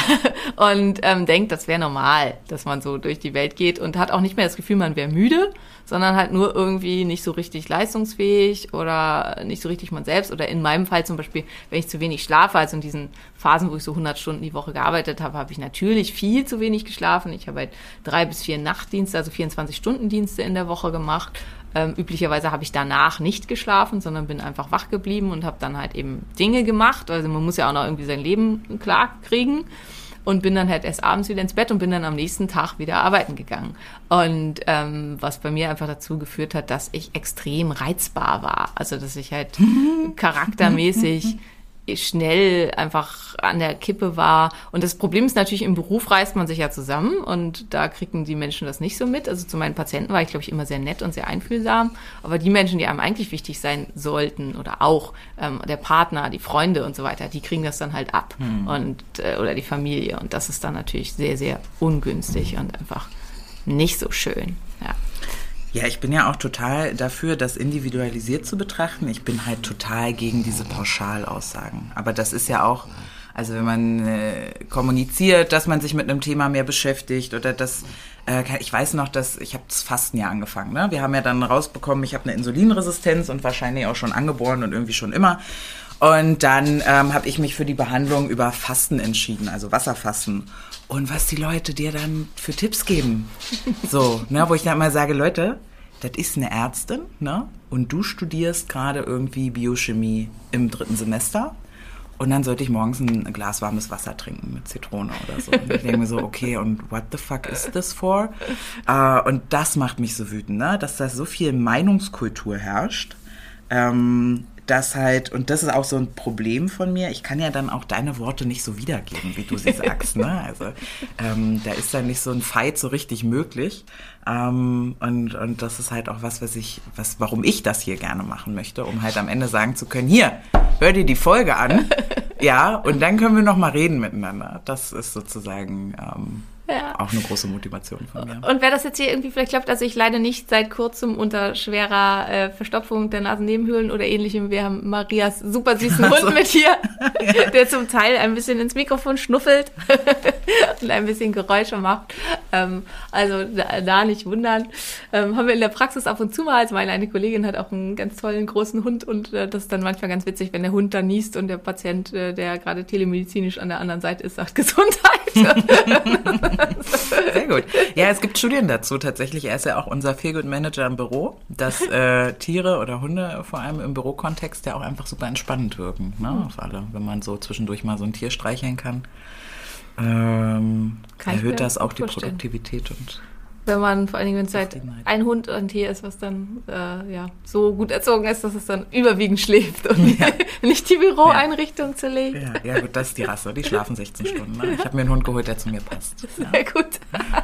und denkt, das wäre normal, dass man so durch die Welt geht und hat auch nicht mehr das Gefühl, man wäre müde, sondern halt nur irgendwie nicht so richtig leistungsfähig oder nicht so richtig man selbst. Oder in meinem Fall zum Beispiel, wenn ich zu wenig schlafe, also in diesen Phasen, wo ich so 100 Stunden die Woche gearbeitet habe, habe ich natürlich viel zu wenig geschlafen. Ich habe halt 3 bis 4 Nachtdienste, also 24-Stunden-Dienste in der Woche gemacht. Üblicherweise habe ich danach nicht geschlafen, sondern bin einfach wach geblieben und habe dann halt eben Dinge gemacht. Also man muss ja auch noch irgendwie sein Leben klar kriegen. Und bin dann halt erst abends wieder ins Bett und bin dann am nächsten Tag wieder arbeiten gegangen. Und was bei mir einfach dazu geführt hat, dass ich extrem reizbar war. Also dass ich halt charaktermäßig schnell einfach an der Kippe war. Und das Problem ist natürlich, im Beruf reißt man sich ja zusammen und da kriegen die Menschen das nicht so mit. Also zu meinen Patienten war ich, glaube ich, immer sehr nett und sehr einfühlsam. Aber die Menschen, die einem eigentlich wichtig sein sollten oder auch der Partner, die Freunde und so weiter, die kriegen das dann halt ab und oder die Familie. Und das ist dann natürlich sehr, sehr ungünstig und einfach nicht so schön. Ja. Ja, ich bin ja auch total dafür, das individualisiert zu betrachten. Ich bin halt total gegen diese Pauschalaussagen. Aber das ist ja auch, also wenn man kommuniziert, dass man sich mit einem Thema mehr beschäftigt oder das, ich weiß noch, dass ich habe das Fasten ja angefangen. Ne? Wir haben ja dann rausbekommen, ich habe eine Insulinresistenz und wahrscheinlich auch schon angeboren und irgendwie schon immer. Und dann habe ich mich für die Behandlung über Fasten entschieden, also Wasserfasten. Und was die Leute dir dann für Tipps geben. So, ne, wo ich dann mal sage, Leute, das ist eine Ärztin, ne? Und du studierst gerade irgendwie Biochemie im 3. Semester. Und dann sollte ich morgens ein Glas warmes Wasser trinken mit Zitrone oder so. Und ich denke mir so, okay, und what the fuck is this for? Und das macht mich so wütend, ne? Dass da so viel Meinungskultur herrscht. Das halt, und das ist auch so ein Problem von mir, ich kann ja dann auch deine Worte nicht so wiedergeben, wie du sie sagst, ne? Also da ist dann nicht so ein Fight so richtig möglich. Und das ist halt auch warum ich das hier gerne machen möchte, um halt am Ende sagen zu können, hier, hör dir die Folge an, ja, und dann können wir noch mal reden miteinander. Das ist sozusagen auch eine große Motivation von mir. Und wer das jetzt hier irgendwie vielleicht klappt, also ich leide nicht seit kurzem unter schwerer Verstopfung der Nasennebenhöhlen oder ähnlichem. Wir haben Marias super süßen Hund mit hier, der zum Teil ein bisschen ins Mikrofon schnuffelt und ein bisschen Geräusche macht. Also da nicht wundern. Haben wir in der Praxis ab und zu mal. Also meine eine Kollegin hat auch einen ganz tollen großen Hund und das ist dann manchmal ganz witzig, wenn der Hund dann niest und der Patient, der gerade telemedizinisch an der anderen Seite ist, sagt Gesundheit. Sehr gut. Ja, es gibt Studien dazu tatsächlich. Er ist ja auch unser Feelgood-Manager im Büro, dass Tiere oder Hunde vor allem im Bürokontext ja auch einfach super entspannend wirken. Ne? Auf alle, wenn man so zwischendurch mal so ein Tier streicheln kann, erhöht das auch die Produktivität. Und wenn man, vor allen Dingen, wenn es halt ein Hund ein Tier ist, was dann so gut erzogen ist, dass es dann überwiegend schläft und nicht die Büroeinrichtung zerlegt. Ja, gut, das ist die Rasse. Die schlafen 16 Stunden. Ne? Ich habe mir einen Hund geholt, der zu mir passt. Sehr gut.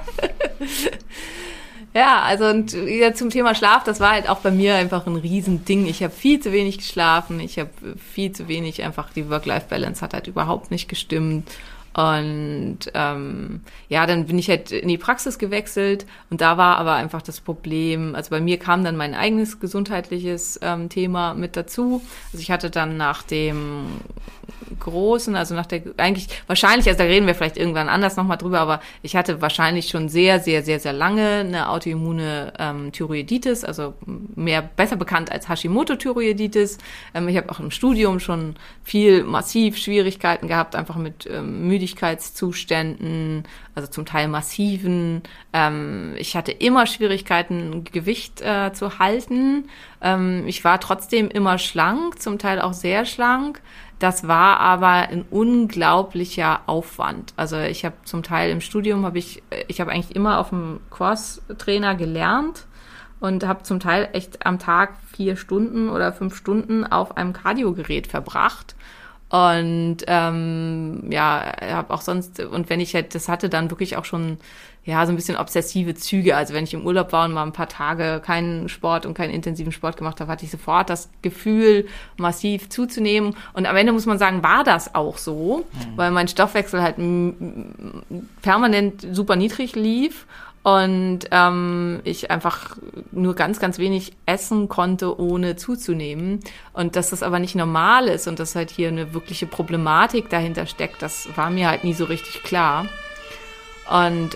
Ja, also und zum Thema Schlaf, das war halt auch bei mir einfach ein Riesending. Ich habe viel zu wenig geschlafen, ich habe viel zu wenig, einfach die Work-Life-Balance hat halt überhaupt nicht gestimmt. Und dann bin ich halt in die Praxis gewechselt und da war aber einfach das Problem, also bei mir kam dann mein eigenes gesundheitliches Thema mit dazu. Also ich hatte dann nach dem großen, also nach der, eigentlich, wahrscheinlich, also da reden wir vielleicht irgendwann anders nochmal drüber, aber ich hatte wahrscheinlich schon sehr, sehr, sehr, sehr lange eine autoimmune Thyroiditis, also besser bekannt als Hashimoto-Thyroiditis. Ich habe auch im Studium schon massiv Schwierigkeiten gehabt, einfach mit Müdigkeitszuständen, also zum Teil massiven. Ich hatte immer Schwierigkeiten, Gewicht zu halten. Ich war trotzdem immer schlank, zum Teil auch sehr schlank. Das war aber ein unglaublicher Aufwand. Also ich habe zum Teil im Studium, ich habe eigentlich immer auf dem Cross-Trainer gelernt und habe zum Teil echt am Tag 4 Stunden oder 5 Stunden auf einem Kardiogerät verbracht. Und habe auch sonst, und wenn ich halt, das hatte dann wirklich auch schon so ein bisschen obsessive Züge. Also wenn ich im Urlaub war und mal ein paar Tage keinen Sport und keinen intensiven Sport gemacht habe, hatte ich sofort das Gefühl, massiv zuzunehmen. Und am Ende muss man sagen, war das auch so, weil mein Stoffwechsel halt permanent super niedrig lief. Und ich einfach nur ganz, ganz wenig essen konnte, ohne zuzunehmen. Und dass das aber nicht normal ist und dass halt hier eine wirkliche Problematik dahinter steckt, das war mir halt nie so richtig klar. Und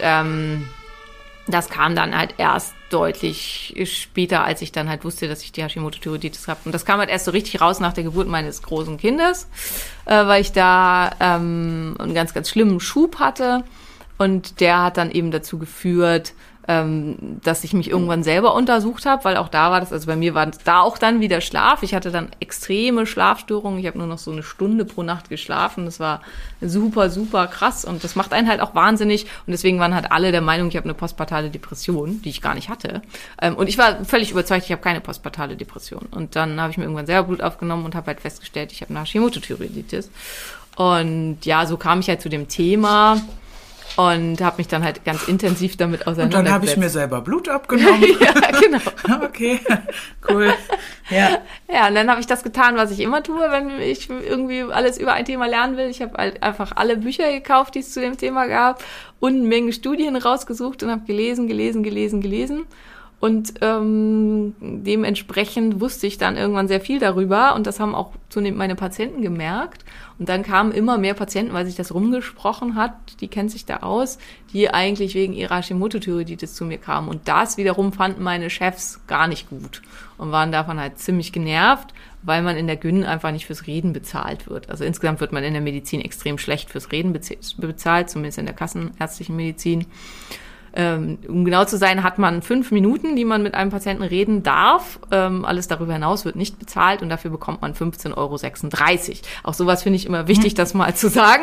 das kam dann halt erst deutlich später, als ich dann halt wusste, dass ich die Hashimoto-Thyreoiditis habe. Und das kam halt erst so richtig raus nach der Geburt meines großen Kindes, weil ich da einen ganz, ganz schlimmen Schub hatte. Und der hat dann eben dazu geführt, dass ich mich irgendwann selber untersucht habe, weil auch da war das, also bei mir war da auch dann wieder Schlaf. Ich hatte dann extreme Schlafstörungen. Ich habe nur noch so 1 Stunde pro Nacht geschlafen. Das war super, super krass und das macht einen halt auch wahnsinnig. Und deswegen waren halt alle der Meinung, ich habe eine postpartale Depression, die ich gar nicht hatte. Und ich war völlig überzeugt, ich habe keine postpartale Depression. Und dann habe ich mir irgendwann selber Blut aufgenommen und habe halt festgestellt, ich habe eine Hashimoto-Thyreoiditis. Und ja, so kam ich halt zu dem Thema. Und habe mich dann halt ganz intensiv damit auseinandergesetzt. Und dann habe ich mir selber Blut abgenommen. Ja, genau. Okay, cool. Ja. Ja, und dann habe ich das getan, was ich immer tue, wenn ich irgendwie alles über ein Thema lernen will. Ich habe halt einfach alle Bücher gekauft, die es zu dem Thema gab und eine Menge Studien rausgesucht und habe gelesen. Und dementsprechend wusste ich dann irgendwann sehr viel darüber und das haben auch zunehmend meine Patienten gemerkt. Und dann kamen immer mehr Patienten, weil sich das rumgesprochen hat, die kennt sich da aus, die eigentlich wegen ihrer Hashimoto-Thyreoiditis zu mir kamen. Und das wiederum fanden meine Chefs gar nicht gut und waren davon halt ziemlich genervt, weil man in der Gyn einfach nicht fürs Reden bezahlt wird. Also insgesamt wird man in der Medizin extrem schlecht fürs Reden bezahlt, zumindest in der kassenärztlichen Medizin. Um genau zu sein, hat man 5 Minuten, die man mit einem Patienten reden darf. Alles darüber hinaus wird nicht bezahlt und dafür bekommt man 15,36 €. Auch sowas finde ich immer wichtig, das mal zu sagen,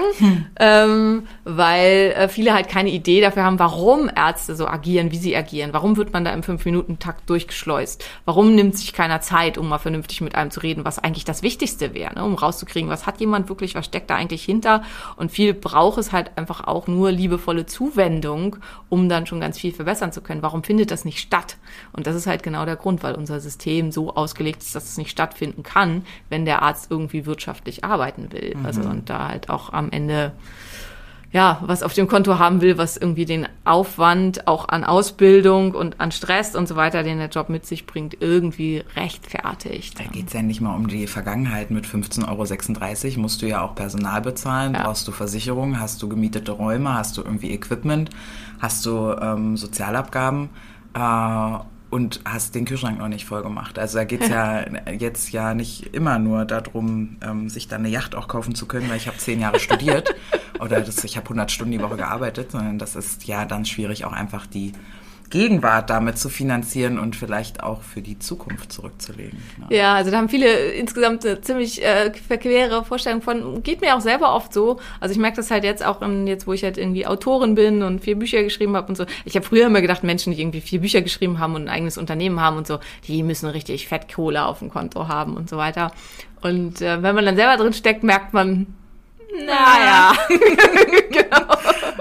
weil viele halt keine Idee dafür haben, warum Ärzte so agieren, wie sie agieren. Warum wird man da im 5-Minuten-Takt durchgeschleust? Warum nimmt sich keiner Zeit, um mal vernünftig mit einem zu reden, was eigentlich das Wichtigste wäre, ne? Um rauszukriegen, was hat jemand wirklich, was steckt da eigentlich hinter? Und viel braucht es halt einfach auch nur liebevolle Zuwendung, um dann schon ganz viel verbessern zu können. Warum findet das nicht statt? Und das ist halt genau der Grund, weil unser System so ausgelegt ist, dass es nicht stattfinden kann, wenn der Arzt irgendwie wirtschaftlich arbeiten will. Also und da halt auch am Ende was auf dem Konto haben will, was irgendwie den Aufwand auch an Ausbildung und an Stress und so weiter, den der Job mit sich bringt, irgendwie rechtfertigt. Da geht's ja nicht mal um die Vergangenheit. Mit 15,36 € musst du ja auch Personal bezahlen, brauchst du Versicherung, hast du gemietete Räume, hast du irgendwie Equipment, hast du Sozialabgaben und hast den Kühlschrank noch nicht voll gemacht. Also da geht's ja jetzt ja nicht immer nur darum, sich dann eine Yacht auch kaufen zu können, weil ich habe 10 Jahre studiert oder ich habe 100 Stunden die Woche gearbeitet, sondern das ist ja dann schwierig, auch einfach die Gegenwart damit zu finanzieren und vielleicht auch für die Zukunft zurückzulegen. Ne? Ja, also da haben viele insgesamt eine ziemlich verquere Vorstellung von, geht mir auch selber oft so. Also ich merke das halt jetzt auch, jetzt wo ich halt irgendwie Autorin bin und 4 Bücher geschrieben habe und so. Ich habe früher immer gedacht, Menschen, die irgendwie 4 Bücher geschrieben haben und ein eigenes Unternehmen haben und so, die müssen richtig Fettkohle auf dem Konto haben und so weiter. Und wenn man dann selber drin steckt, merkt man, naja, genau.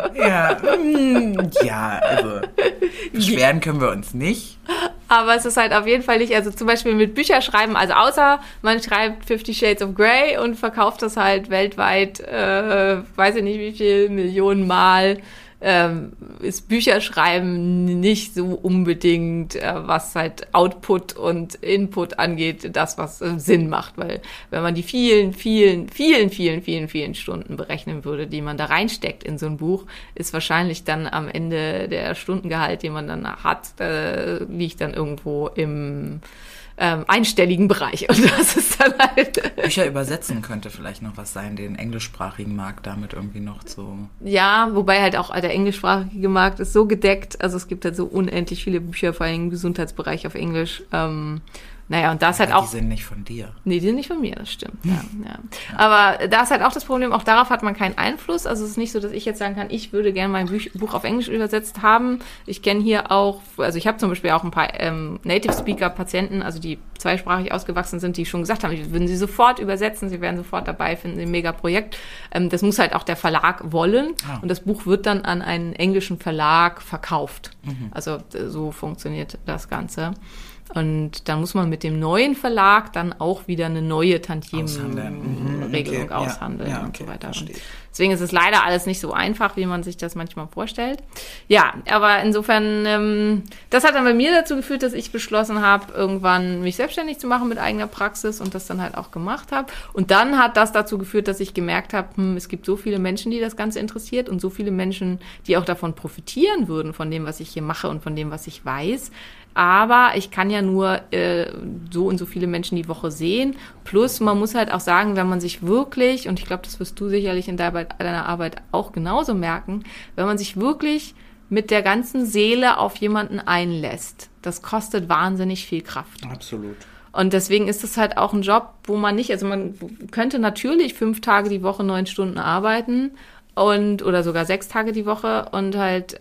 Ja, also beschweren können wir uns nicht. Aber es ist halt auf jeden Fall nicht, also zum Beispiel mit Bücherschreiben, also außer man schreibt 50 Shades of Grey und verkauft das halt weltweit, weiß ich nicht wie viel Millionen Mal, ist Bücherschreiben nicht so unbedingt, was halt Output und Input angeht, das, was Sinn macht. Weil wenn man die vielen Stunden berechnen würde, die man da reinsteckt in so ein Buch, ist wahrscheinlich dann am Ende der Stundengehalt, den man dann hat, liegt dann irgendwo im einstelligen Bereich. Und das ist dann halt... Bücher übersetzen könnte vielleicht noch was sein, den englischsprachigen Markt damit irgendwie noch zu... Ja, wobei halt auch der englischsprachige Markt ist so gedeckt, also es gibt halt so unendlich viele Bücher, vor allem im Gesundheitsbereich auf Englisch. Naja, und da ist halt Aber auch... die sind nicht von dir. Nee, die sind nicht von mir, das stimmt. Ja. Aber da ist halt auch das Problem, auch darauf hat man keinen Einfluss. Also es ist nicht so, dass ich jetzt sagen kann, ich würde gerne mein Buch auf Englisch übersetzt haben. Ich kenne hier auch, also ich habe zum Beispiel auch ein paar Native-Speaker-Patienten, also die zweisprachig ausgewachsen sind, die schon gesagt haben, würden sie sofort übersetzen, sie wären sofort dabei, finden sie ein mega Projekt. Das muss halt auch der Verlag wollen. Und das Buch wird dann an einen englischen Verlag verkauft. Also so funktioniert das Ganze. Und dann muss man mit dem neuen Verlag dann auch wieder eine neue Tantiemenregelung aushandeln und so weiter. Und deswegen ist es leider alles nicht so einfach, wie man sich das manchmal vorstellt. Ja, aber insofern, das hat dann bei mir dazu geführt, dass ich beschlossen habe, irgendwann mich selbstständig zu machen mit eigener Praxis und das dann halt auch gemacht habe. Und dann hat das dazu geführt, dass ich gemerkt habe, es gibt so viele Menschen, die das Ganze interessiert und so viele Menschen, die auch davon profitieren würden, von dem, was ich hier mache und von dem, was ich weiß. Aber ich kann ja nur so und so viele Menschen die Woche sehen. Plus, man muss halt auch sagen, wenn man sich wirklich, und ich glaube, das wirst du sicherlich in deiner Arbeit auch genauso merken, wenn man sich wirklich mit der ganzen Seele auf jemanden einlässt, das kostet wahnsinnig viel Kraft. Absolut. Und deswegen ist es halt auch ein Job, wo man nicht, also man könnte natürlich 5 Tage die Woche 9 Stunden arbeiten oder sogar 6 Tage die Woche und halt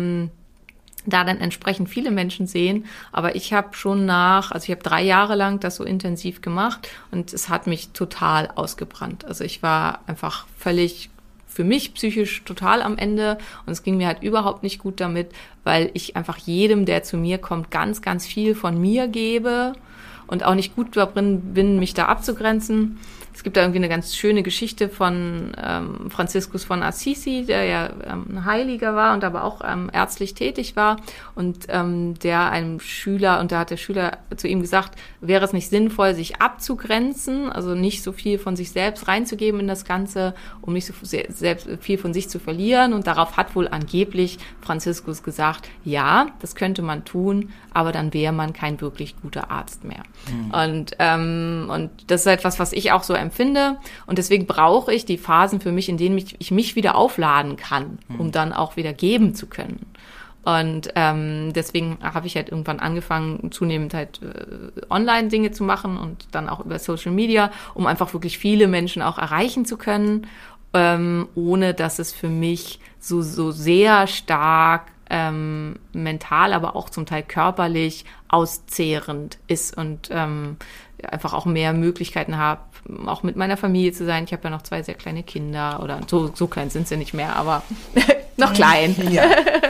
da dann entsprechend viele Menschen sehen. Aber ich habe schon ich habe 3 Jahre lang das so intensiv gemacht und es hat mich total ausgebrannt. Also ich war einfach völlig für mich psychisch total am Ende und es ging mir halt überhaupt nicht gut damit, weil ich einfach jedem, der zu mir kommt, ganz, ganz viel von mir gebe und auch nicht gut darin bin, mich da abzugrenzen. Es gibt da irgendwie eine ganz schöne Geschichte von Franziskus von Assisi, der ja ein Heiliger war und aber auch ärztlich tätig war und der einem Schüler, und da hat der Schüler zu ihm gesagt, wäre es nicht sinnvoll, sich abzugrenzen, also nicht so viel von sich selbst reinzugeben in das Ganze, um nicht so selbst viel von sich zu verlieren. Und darauf hat wohl angeblich Franziskus gesagt, ja, das könnte man tun, aber dann wäre man kein wirklich guter Arzt mehr. Und das ist etwas, was ich auch so empfinde. Und deswegen brauche ich die Phasen für mich, in denen ich mich wieder aufladen kann, um dann auch wieder geben zu können. Und deswegen habe ich halt irgendwann angefangen, zunehmend halt Online-Dinge zu machen und dann auch über Social Media, um einfach wirklich viele Menschen auch erreichen zu können, ohne dass es für mich so sehr stark mental, aber auch zum Teil körperlich auszehrend ist und einfach auch mehr Möglichkeiten habe, auch mit meiner Familie zu sein. Ich habe ja noch 2 sehr kleine Kinder oder so klein sind sie nicht mehr, aber noch klein. Ja.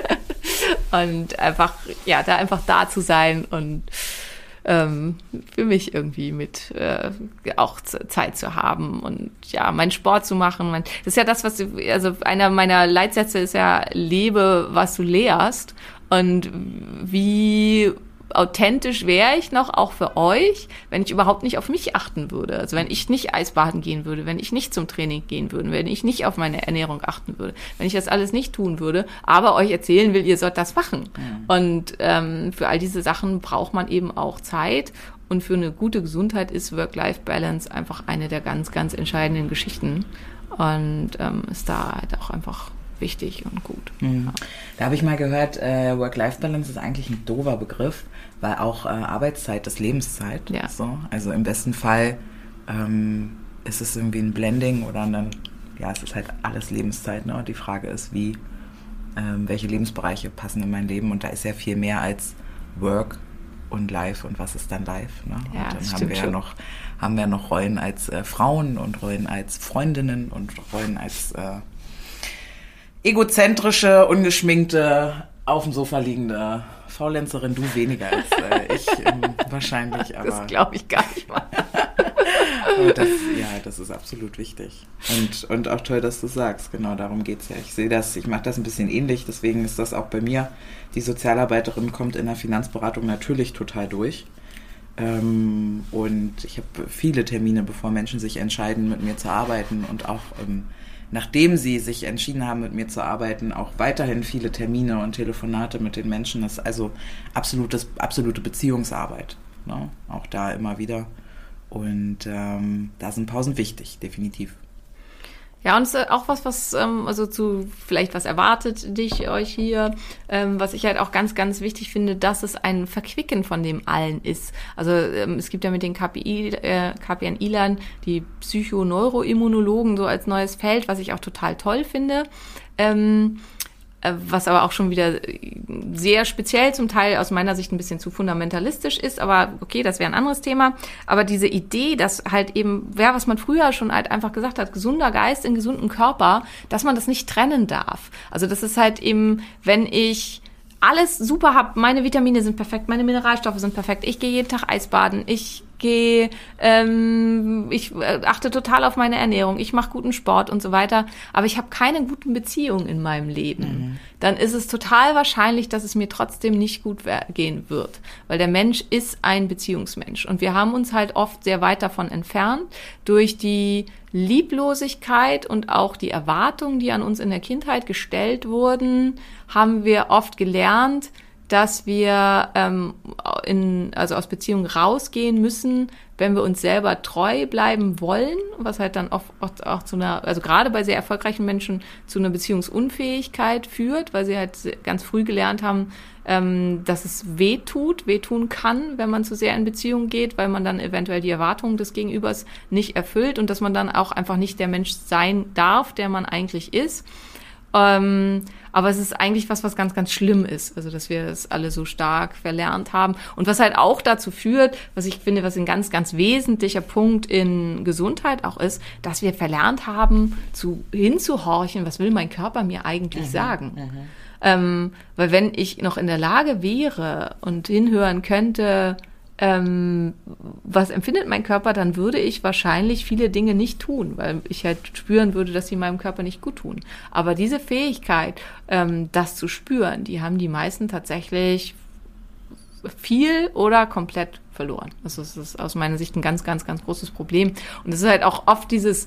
Und einfach, ja, da zu sein und für mich irgendwie mit auch Zeit zu haben und ja, meinen Sport zu machen. Das ist ja das, also einer meiner Leitsätze ist ja, lebe, was du lehrst. Und wie authentisch wäre ich noch, auch für euch, wenn ich überhaupt nicht auf mich achten würde. Also wenn ich nicht Eisbaden gehen würde, wenn ich nicht zum Training gehen würde, wenn ich nicht auf meine Ernährung achten würde, wenn ich das alles nicht tun würde, aber euch erzählen will, ihr sollt das machen. Und für all diese Sachen braucht man eben auch Zeit. Und für eine gute Gesundheit ist Work-Life-Balance einfach eine der ganz, ganz entscheidenden Geschichten. Und ist da halt auch einfach wichtig und gut. Ja. Da habe ich mal gehört, Work-Life-Balance ist eigentlich ein doofer Begriff, weil auch Arbeitszeit ist Lebenszeit. Ja. So. Also im besten Fall ist es irgendwie ein Blending oder es ist halt alles Lebenszeit. Ne? Und die Frage ist, welche Lebensbereiche passen in mein Leben? Und da ist ja viel mehr als Work und Life und was ist dann Life? Ne? Ja, und dann haben wir noch Rollen als Frauen und Rollen als Freundinnen und Rollen als egozentrische, ungeschminkte, auf dem Sofa liegende Faulenzerin, du weniger als ich wahrscheinlich. Aber das glaube ich gar nicht mal. Aber das ist absolut wichtig. Und auch toll, dass du sagst, genau darum geht's ja. Ich sehe das, ich mache das ein bisschen ähnlich, deswegen ist das auch bei mir. Die Sozialarbeiterin kommt in der Finanzberatung natürlich total durch. Und ich habe viele Termine, bevor Menschen sich entscheiden, mit mir zu arbeiten und auch nachdem sie sich entschieden haben, mit mir zu arbeiten, auch weiterhin viele Termine und Telefonate mit den Menschen. Das ist also absolute Beziehungsarbeit. Ne? Auch da immer wieder. Und da sind Pausen wichtig, definitiv. Ja, und es ist auch was also vielleicht was erwartet euch hier, was ich halt auch ganz, ganz wichtig finde, dass es ein Verquicken von dem allen ist. Also es gibt ja mit den KPNI-Lern die Psychoneuroimmunologen so als neues Feld, was ich auch total toll finde. Was aber auch schon wieder sehr speziell, zum Teil aus meiner Sicht ein bisschen zu fundamentalistisch ist, aber okay, das wäre ein anderes Thema. Aber diese Idee, dass halt eben, was man früher schon halt einfach gesagt hat, gesunder Geist in gesunden Körper, dass man das nicht trennen darf. Also das ist halt eben, wenn ich alles super habe, meine Vitamine sind perfekt, meine Mineralstoffe sind perfekt, ich gehe jeden Tag Eisbaden, ich achte total auf meine Ernährung, ich mache guten Sport und so weiter, aber ich habe keine guten Beziehungen in meinem Leben, dann ist es total wahrscheinlich, dass es mir trotzdem nicht gut gehen wird, weil der Mensch ist ein Beziehungsmensch und wir haben uns halt oft sehr weit davon entfernt durch die Lieblosigkeit und auch die Erwartungen, die an uns in der Kindheit gestellt wurden, haben wir oft gelernt, dass wir also aus Beziehungen rausgehen müssen, wenn wir uns selber treu bleiben wollen, was halt dann oft auch zu einer, also gerade bei sehr erfolgreichen Menschen, zu einer Beziehungsunfähigkeit führt, weil sie halt ganz früh gelernt haben, dass es wehtun kann, wenn man zu sehr in Beziehung geht, weil man dann eventuell die Erwartungen des Gegenübers nicht erfüllt und dass man dann auch einfach nicht der Mensch sein darf, der man eigentlich ist. Aber es ist eigentlich was ganz, ganz schlimm ist. Also, dass wir es alle so stark verlernt haben. Und was halt auch dazu führt, was ich finde, was ein ganz, ganz wesentlicher Punkt in Gesundheit auch ist, dass wir verlernt haben, hinzuhorchen, was will mein Körper mir eigentlich sagen. Weil wenn ich noch in der Lage wäre und hinhören könnte, was empfindet mein Körper, dann würde ich wahrscheinlich viele Dinge nicht tun, weil ich halt spüren würde, dass sie meinem Körper nicht gut tun. Aber diese Fähigkeit, das zu spüren, die haben die meisten tatsächlich viel oder komplett verloren. Also das ist aus meiner Sicht ein ganz, ganz, ganz großes Problem. Und es ist halt auch oft dieses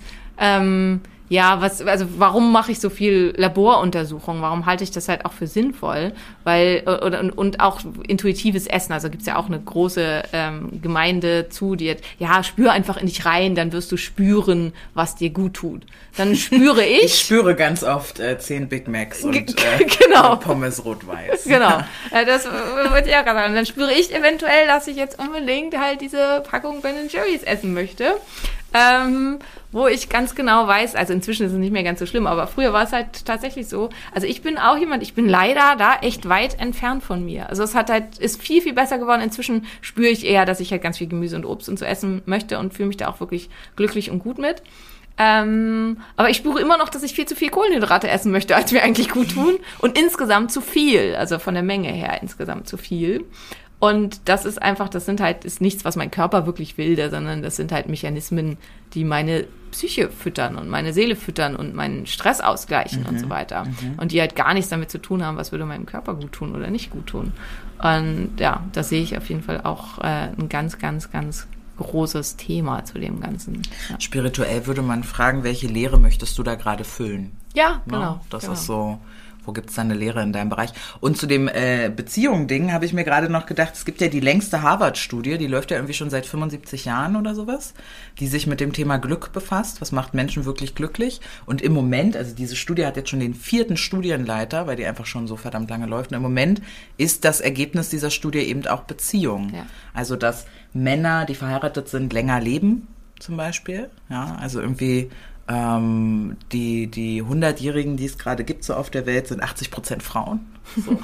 warum mache ich so viel Laboruntersuchungen? Warum halte ich das halt auch für sinnvoll? Und auch intuitives Essen. Also gibt's ja auch eine große Gemeinde die spür einfach in dich rein, dann wirst du spüren, was dir gut tut. Dann spüre ich. Ich spüre ganz oft 10 Big Macs und genau. Pommes rot-weiß. Genau. Das wollte ich auch gerade sagen. Dann spüre ich eventuell, dass ich jetzt unbedingt halt diese Packung Ben & Jerry's essen möchte. Wo ich ganz genau weiß, also inzwischen ist es nicht mehr ganz so schlimm, aber früher war es halt tatsächlich so. Also ich bin auch ich bin leider da echt weit entfernt von mir. Also es ist viel, viel besser geworden. Inzwischen spüre ich eher, dass ich halt ganz viel Gemüse und Obst und so essen möchte und fühle mich da auch wirklich glücklich und gut mit. Aber ich spüre immer noch, dass ich viel zu viel Kohlenhydrate essen möchte, als mir eigentlich gut tun. Und insgesamt zu viel, also von der Menge her insgesamt zu viel. Und das ist einfach, ist nichts, was mein Körper wirklich will, sondern das sind halt Mechanismen, die meine Psyche füttern und meine Seele füttern und meinen Stress ausgleichen und so weiter. Und die halt gar nichts damit zu tun haben, was würde meinem Körper gut tun oder nicht gut tun. Und ja, das sehe ich auf jeden Fall auch ein ganz, ganz, ganz großes Thema zu dem Ganzen. Ja. Spirituell würde man fragen, welche Lehre möchtest du da gerade füllen? Ja, genau. Das ist so... Wo gibt es da eine Lehre in deinem Bereich? Und zu dem Beziehung-Ding habe ich mir gerade noch gedacht, es gibt ja die längste Harvard-Studie, die läuft ja irgendwie schon seit 75 Jahren oder sowas, die sich mit dem Thema Glück befasst. Was macht Menschen wirklich glücklich? Und im Moment, also diese Studie hat jetzt schon den 4. Studienleiter, weil die einfach schon so verdammt lange läuft. Und im Moment ist das Ergebnis dieser Studie eben auch Beziehung. Ja. Also, dass Männer, die verheiratet sind, länger leben, zum Beispiel. Ja, also irgendwie... die 100-Jährigen, die es gerade gibt so auf der Welt, sind 80% Frauen. So.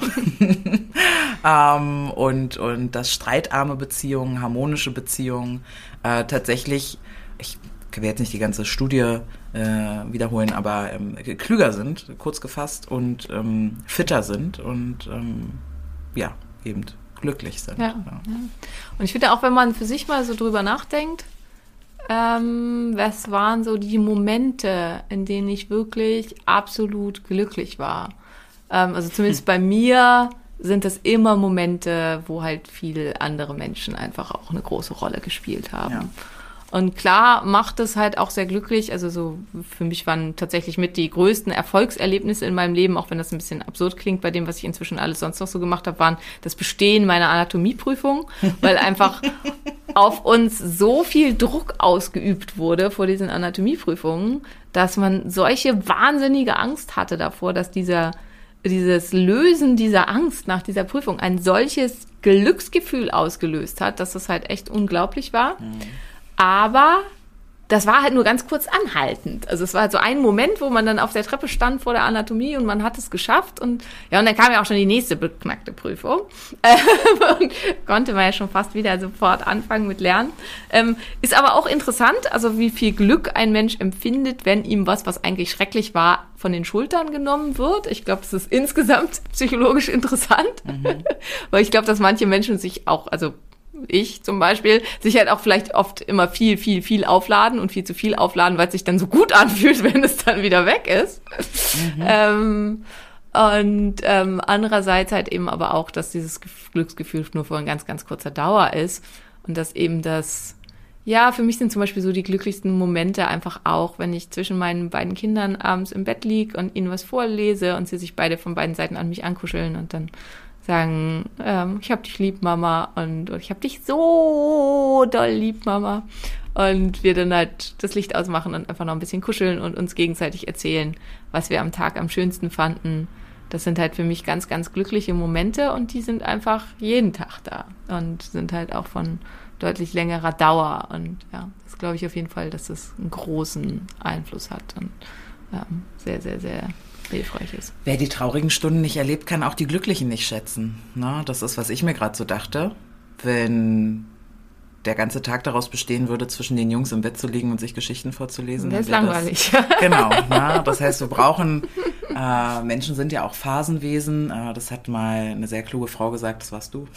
Und dass streitarme Beziehungen, harmonische Beziehungen tatsächlich, ich will jetzt nicht die ganze Studie wiederholen, aber klüger sind, kurz gefasst, und fitter sind und eben glücklich sind. Ja. Und ich finde auch, wenn man für sich mal so drüber nachdenkt, was waren so die Momente, in denen ich wirklich absolut glücklich war? Also zumindest bei mir sind das immer Momente, wo halt viele andere Menschen einfach auch eine große Rolle gespielt haben. Ja. Und klar macht es halt auch sehr glücklich. Also so für mich waren tatsächlich mit die größten Erfolgserlebnisse in meinem Leben, auch wenn das ein bisschen absurd klingt bei dem, was ich inzwischen alles sonst noch so gemacht habe, waren das Bestehen meiner Anatomieprüfung, weil einfach auf uns so viel Druck ausgeübt wurde vor diesen Anatomieprüfungen, dass man solche wahnsinnige Angst hatte davor, dass dieses Lösen dieser Angst nach dieser Prüfung ein solches Glücksgefühl ausgelöst hat, dass das halt echt unglaublich war. Aber das war halt nur ganz kurz anhaltend. Also es war halt so ein Moment, wo man dann auf der Treppe stand vor der Anatomie und man hat es geschafft. Und dann kam ja auch schon die nächste beknackte Prüfung. Und konnte man ja schon fast wieder sofort anfangen mit Lernen. Ist aber auch interessant, also wie viel Glück ein Mensch empfindet, wenn ihm was eigentlich schrecklich war, von den Schultern genommen wird. Ich glaube, das ist insgesamt psychologisch interessant. Weil ich glaube, dass manche Menschen sich auch, also ich zum Beispiel, sich halt auch vielleicht oft immer viel aufladen und viel zu viel aufladen, weil es sich dann so gut anfühlt, wenn es dann wieder weg ist. Andererseits halt eben aber auch, dass dieses Glücksgefühl nur für ein ganz, ganz kurzer Dauer ist und dass eben für mich sind zum Beispiel so die glücklichsten Momente einfach auch, wenn ich zwischen meinen beiden Kindern abends im Bett liege und ihnen was vorlese und sie sich beide von beiden Seiten an mich ankuscheln und dann sagen, ich hab dich lieb, Mama, und ich hab dich so doll lieb, Mama. Und wir dann halt das Licht ausmachen und einfach noch ein bisschen kuscheln und uns gegenseitig erzählen, was wir am Tag am schönsten fanden. Das sind halt für mich ganz, ganz glückliche Momente und die sind einfach jeden Tag da und sind halt auch von deutlich längerer Dauer. Und ja, das glaube ich auf jeden Fall, dass das einen großen Einfluss hat und sehr, sehr, sehr hilfreich ist. Wer die traurigen Stunden nicht erlebt, kann auch die glücklichen nicht schätzen. Na, das ist, was ich mir gerade so dachte. Wenn der ganze Tag daraus bestehen würde, zwischen den Jungs im Bett zu liegen und sich Geschichten vorzulesen. Das ist langweilig. Genau. Na, das heißt, wir brauchen, Menschen sind ja auch Phasenwesen. Das hat mal eine sehr kluge Frau gesagt, das warst du.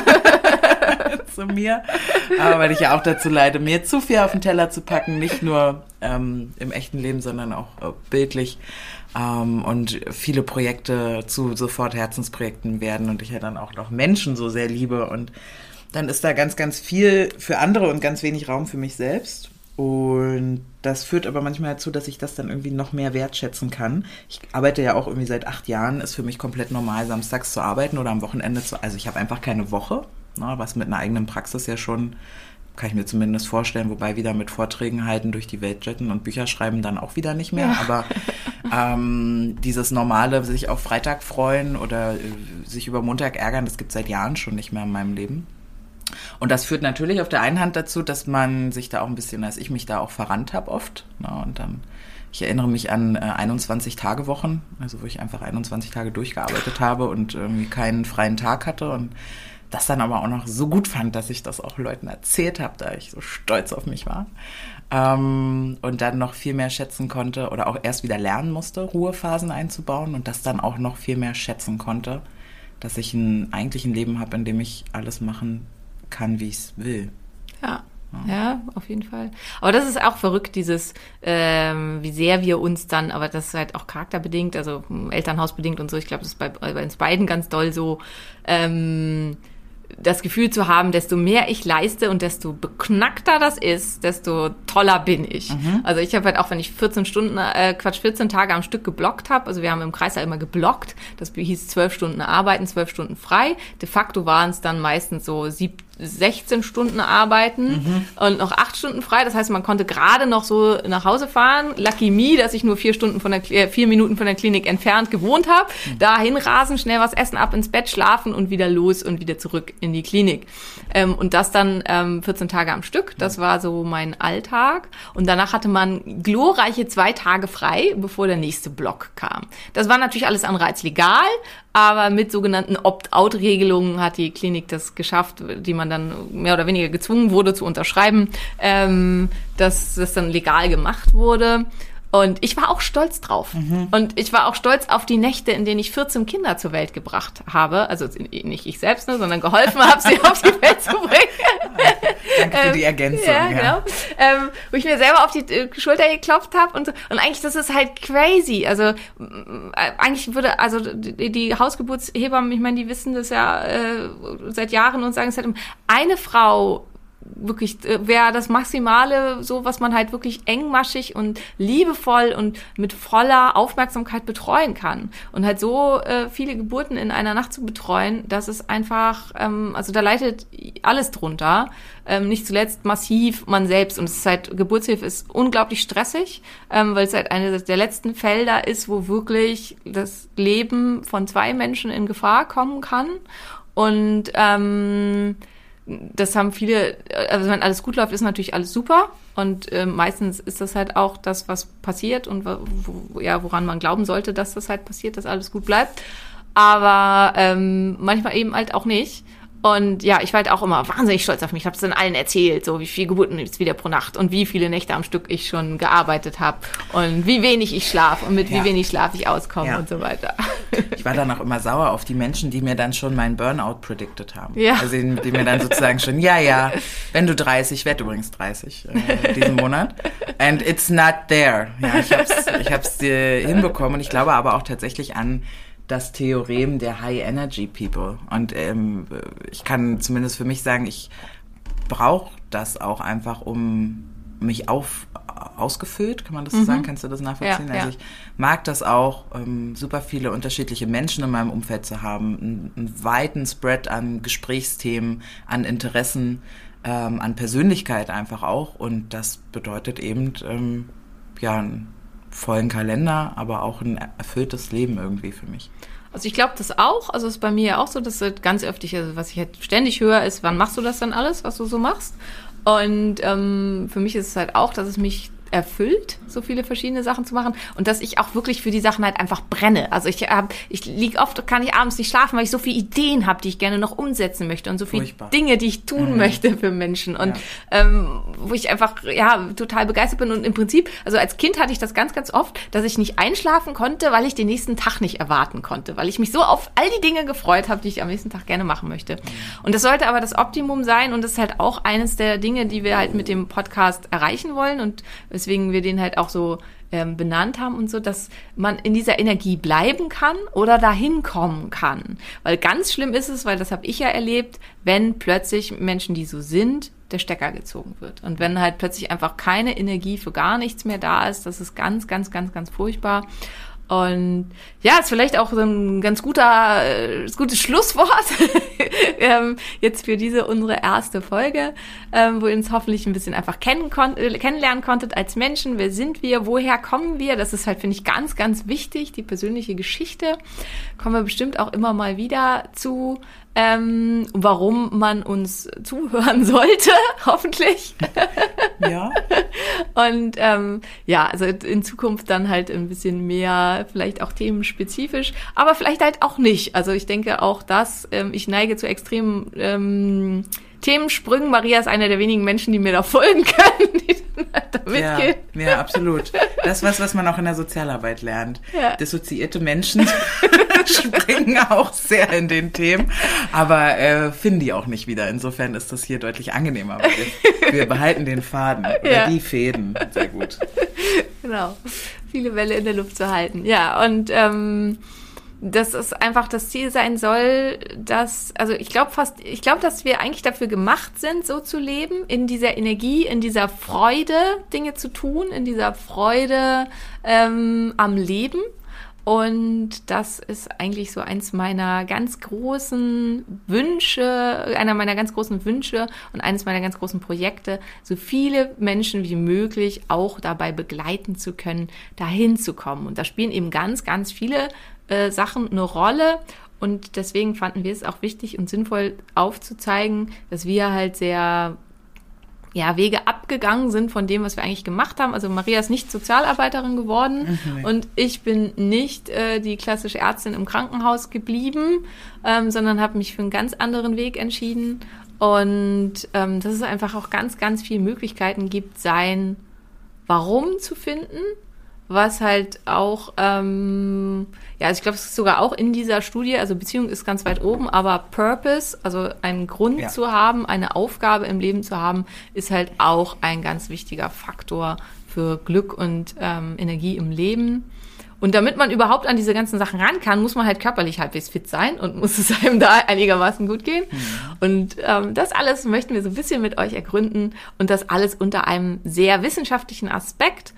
Zu mir. Weil ich ja auch dazu leide, mir zu viel auf den Teller zu packen. Nicht nur im echten Leben, sondern auch bildlich. Und viele Projekte zu sofort Herzensprojekten werden und ich ja dann auch noch Menschen so sehr liebe und dann ist da ganz, ganz viel für andere und ganz wenig Raum für mich selbst und das führt aber manchmal dazu, dass ich das dann irgendwie noch mehr wertschätzen kann. Ich arbeite ja auch irgendwie seit 8 Jahren, ist für mich komplett normal, samstags zu arbeiten oder am Wochenende also ich habe einfach keine Woche, was mit einer eigenen Praxis ja schon, kann ich mir zumindest vorstellen, wobei wieder mit Vorträgen halten, durch die Welt jetten und Bücher schreiben dann auch wieder nicht mehr. Ja. Aber dieses normale, sich auf Freitag freuen oder sich über Montag ärgern, das gibt es seit Jahren schon nicht mehr in meinem Leben. Und das führt natürlich auf der einen Hand dazu, dass man sich da auch ein bisschen, dass ich mich da auch verrannt habe oft. Und dann, ich erinnere mich an 21-Tage-Wochen, also wo ich einfach 21 Tage durchgearbeitet habe und irgendwie keinen freien Tag hatte und das dann aber auch noch so gut fand, dass ich das auch Leuten erzählt habe, da ich so stolz auf mich war. Und dann noch viel mehr schätzen konnte oder auch erst wieder lernen musste, Ruhephasen einzubauen und das dann auch noch viel mehr schätzen konnte, dass ich eigentlich ein Leben habe, in dem ich alles machen kann, wie ich es will. Ja, auf jeden Fall. Aber das ist auch verrückt, dieses, wie sehr wir uns dann, aber das ist halt auch charakterbedingt, also elternhausbedingt und so, ich glaube, das ist bei uns beiden ganz doll so, das Gefühl zu haben, desto mehr ich leiste und desto beknackter das ist, desto toller bin ich. Also ich habe halt auch, wenn ich 14 Tage am Stück geblockt habe, also wir haben im Kreis ja immer geblockt, das hieß 12 Stunden arbeiten, 12 Stunden frei. De facto waren es dann meistens so 16 Stunden arbeiten und noch 8 Stunden frei. Das heißt, man konnte gerade noch so nach Hause fahren. Lucky me, dass ich nur 4 Minuten von der Klinik entfernt gewohnt habe. Dahin rasen, schnell was essen, ab ins Bett, schlafen und wieder los und wieder zurück in die Klinik. Und das dann 14 Tage am Stück. Das war so mein Alltag. Und danach hatte man glorreiche 2 Tage frei, bevor der nächste Block kam. Das war natürlich alles andere als legal, aber mit sogenannten Opt-out-Regelungen hat die Klinik das geschafft, die man dann mehr oder weniger gezwungen wurde zu unterschreiben, dass das dann legal gemacht wurde. Und ich war auch stolz drauf. Und ich war auch stolz auf die Nächte, in denen ich 14 Kinder zur Welt gebracht habe. Also nicht ich selbst, sondern geholfen habe, sie auf die Welt zu bringen. Danke für die Ergänzung. Ja, genau. Wo ich mir selber auf die Schulter geklopft habe. Und eigentlich, das ist halt crazy. Also eigentlich die Hausgeburtshebammen, ich meine, die wissen das ja seit Jahren und sagen es halt, eine Frau wirklich wäre das Maximale, so was man halt wirklich engmaschig und liebevoll und mit voller Aufmerksamkeit betreuen kann. Und halt so viele Geburten in einer Nacht zu betreuen, das ist einfach, also da leidet alles drunter. Nicht zuletzt massiv man selbst. Und es ist halt, Geburtshilfe ist unglaublich stressig, weil es halt eine der letzten Felder ist, wo wirklich das Leben von 2 Menschen in Gefahr kommen kann. Und das haben viele, also wenn alles gut läuft, ist natürlich alles super. Und meistens ist das halt auch das, was passiert und woran man glauben sollte, dass das halt passiert, dass alles gut bleibt. Aber manchmal eben halt auch nicht. Und ja, ich war halt auch immer wahnsinnig stolz auf mich. Ich habe es dann allen erzählt, so wie viele Geburten jetzt wieder pro Nacht und wie viele Nächte am Stück ich schon gearbeitet habe und wie wenig ich schlafe und mit wie wenig Schlaf ich auskomme und so weiter. Ich war dann auch immer sauer auf die Menschen, die mir dann schon meinen Burnout predicted haben. Ja. Also die mir dann sozusagen schon, wenn du 30, ich werde übrigens 30 diesen Monat, and it's not there. Ja, ich hab's hinbekommen und ich glaube aber auch tatsächlich an das Theorem der High-Energy-People. Und ich kann zumindest für mich sagen, ich brauche das auch einfach, um mich ausgefüllt, kann man das so sagen? Kannst du das nachvollziehen? Ja, also ich mag das auch, super viele unterschiedliche Menschen in meinem Umfeld zu haben, einen weiten Spread an Gesprächsthemen, an Interessen, an Persönlichkeit einfach auch. Und das bedeutet eben, einen vollen Kalender, aber auch ein erfülltes Leben irgendwie für mich. Also ich glaube das auch, also es ist bei mir ja auch so, dass halt ganz öfter, also was ich halt ständig höre, ist, wann machst du das dann alles, was du so machst? Und für mich ist es halt auch, dass es mich erfüllt, so viele verschiedene Sachen zu machen und dass ich auch wirklich für die Sachen halt einfach brenne. Also ich liege oft, kann ich abends nicht schlafen, weil ich so viele Ideen habe, die ich gerne noch umsetzen möchte und so viele Dinge, die ich tun möchte für Menschen und wo ich einfach total begeistert bin und im Prinzip, also als Kind hatte ich das ganz, ganz oft, dass ich nicht einschlafen konnte, weil ich den nächsten Tag nicht erwarten konnte, weil ich mich so auf all die Dinge gefreut habe, die ich am nächsten Tag gerne machen möchte. Und das sollte aber das Optimum sein und das ist halt auch eines der Dinge, die wir halt mit dem Podcast erreichen wollen und weswegen wir den halt auch so benannt haben und so, dass man in dieser Energie bleiben kann oder dahin kommen kann. Weil ganz schlimm ist es, weil das habe ich ja erlebt, wenn plötzlich Menschen, die so sind, der Stecker gezogen wird. Und wenn halt plötzlich einfach keine Energie für gar nichts mehr da ist, das ist ganz, ganz, ganz, ganz furchtbar. Und ja, ist vielleicht auch so ein ganz gutes Schlusswort jetzt für diese unsere erste Folge, wo ihr uns hoffentlich ein bisschen einfach kennenlernen konntet als Menschen. Wer sind wir? Woher kommen wir? Das ist halt, finde ich, ganz, ganz wichtig, die persönliche Geschichte. Kommen wir bestimmt auch immer mal wieder zu. Warum man uns zuhören sollte, hoffentlich. Ja. Und also in Zukunft dann halt ein bisschen mehr, vielleicht auch themenspezifisch, aber vielleicht halt auch nicht. Also ich denke auch, dass ich neige zu extremen Themensprüngen. Maria ist einer der wenigen Menschen, die mir da folgen können, die dann halt da mitgehen. Ja, absolut. Das ist was man auch in der Sozialarbeit lernt. Ja. Dissoziierte Menschen springen auch sehr in den Themen, aber finden die auch nicht wieder. Insofern ist das hier deutlich angenehmer, weil wir behalten den Faden oder die Fäden. Sehr gut. Genau. Viele Bälle in der Luft zu halten. Ja, und dass es einfach das Ziel sein soll, ich glaube, dass wir eigentlich dafür gemacht sind, so zu leben, in dieser Energie, in dieser Freude, Dinge zu tun, in dieser Freude am Leben. Und das ist eigentlich so einer meiner ganz großen Wünsche und eines meiner ganz großen Projekte, so viele Menschen wie möglich auch dabei begleiten zu können, dahin zu kommen. Und da spielen eben ganz, ganz viele Sachen eine Rolle. Und deswegen fanden wir es auch wichtig und sinnvoll aufzuzeigen, dass wir halt sehr Wege abgegangen sind von dem, was wir eigentlich gemacht haben. Also Maria ist nicht Sozialarbeiterin geworden und ich bin nicht die klassische Ärztin im Krankenhaus geblieben, sondern habe mich für einen ganz anderen Weg entschieden. Und dass es einfach auch ganz, ganz viele Möglichkeiten gibt, sein Warum zu finden, was halt auch, ich glaube, es ist sogar auch in dieser Studie, also Beziehung ist ganz weit oben, aber Purpose, also einen Grund zu haben, eine Aufgabe im Leben zu haben, ist halt auch ein ganz wichtiger Faktor für Glück und Energie im Leben. Und damit man überhaupt an diese ganzen Sachen ran kann, muss man halt körperlich halbwegs fit sein und muss es einem da einigermaßen gut gehen. Und das alles möchten wir so ein bisschen mit euch ergründen und das alles unter einem sehr wissenschaftlichen Aspekt.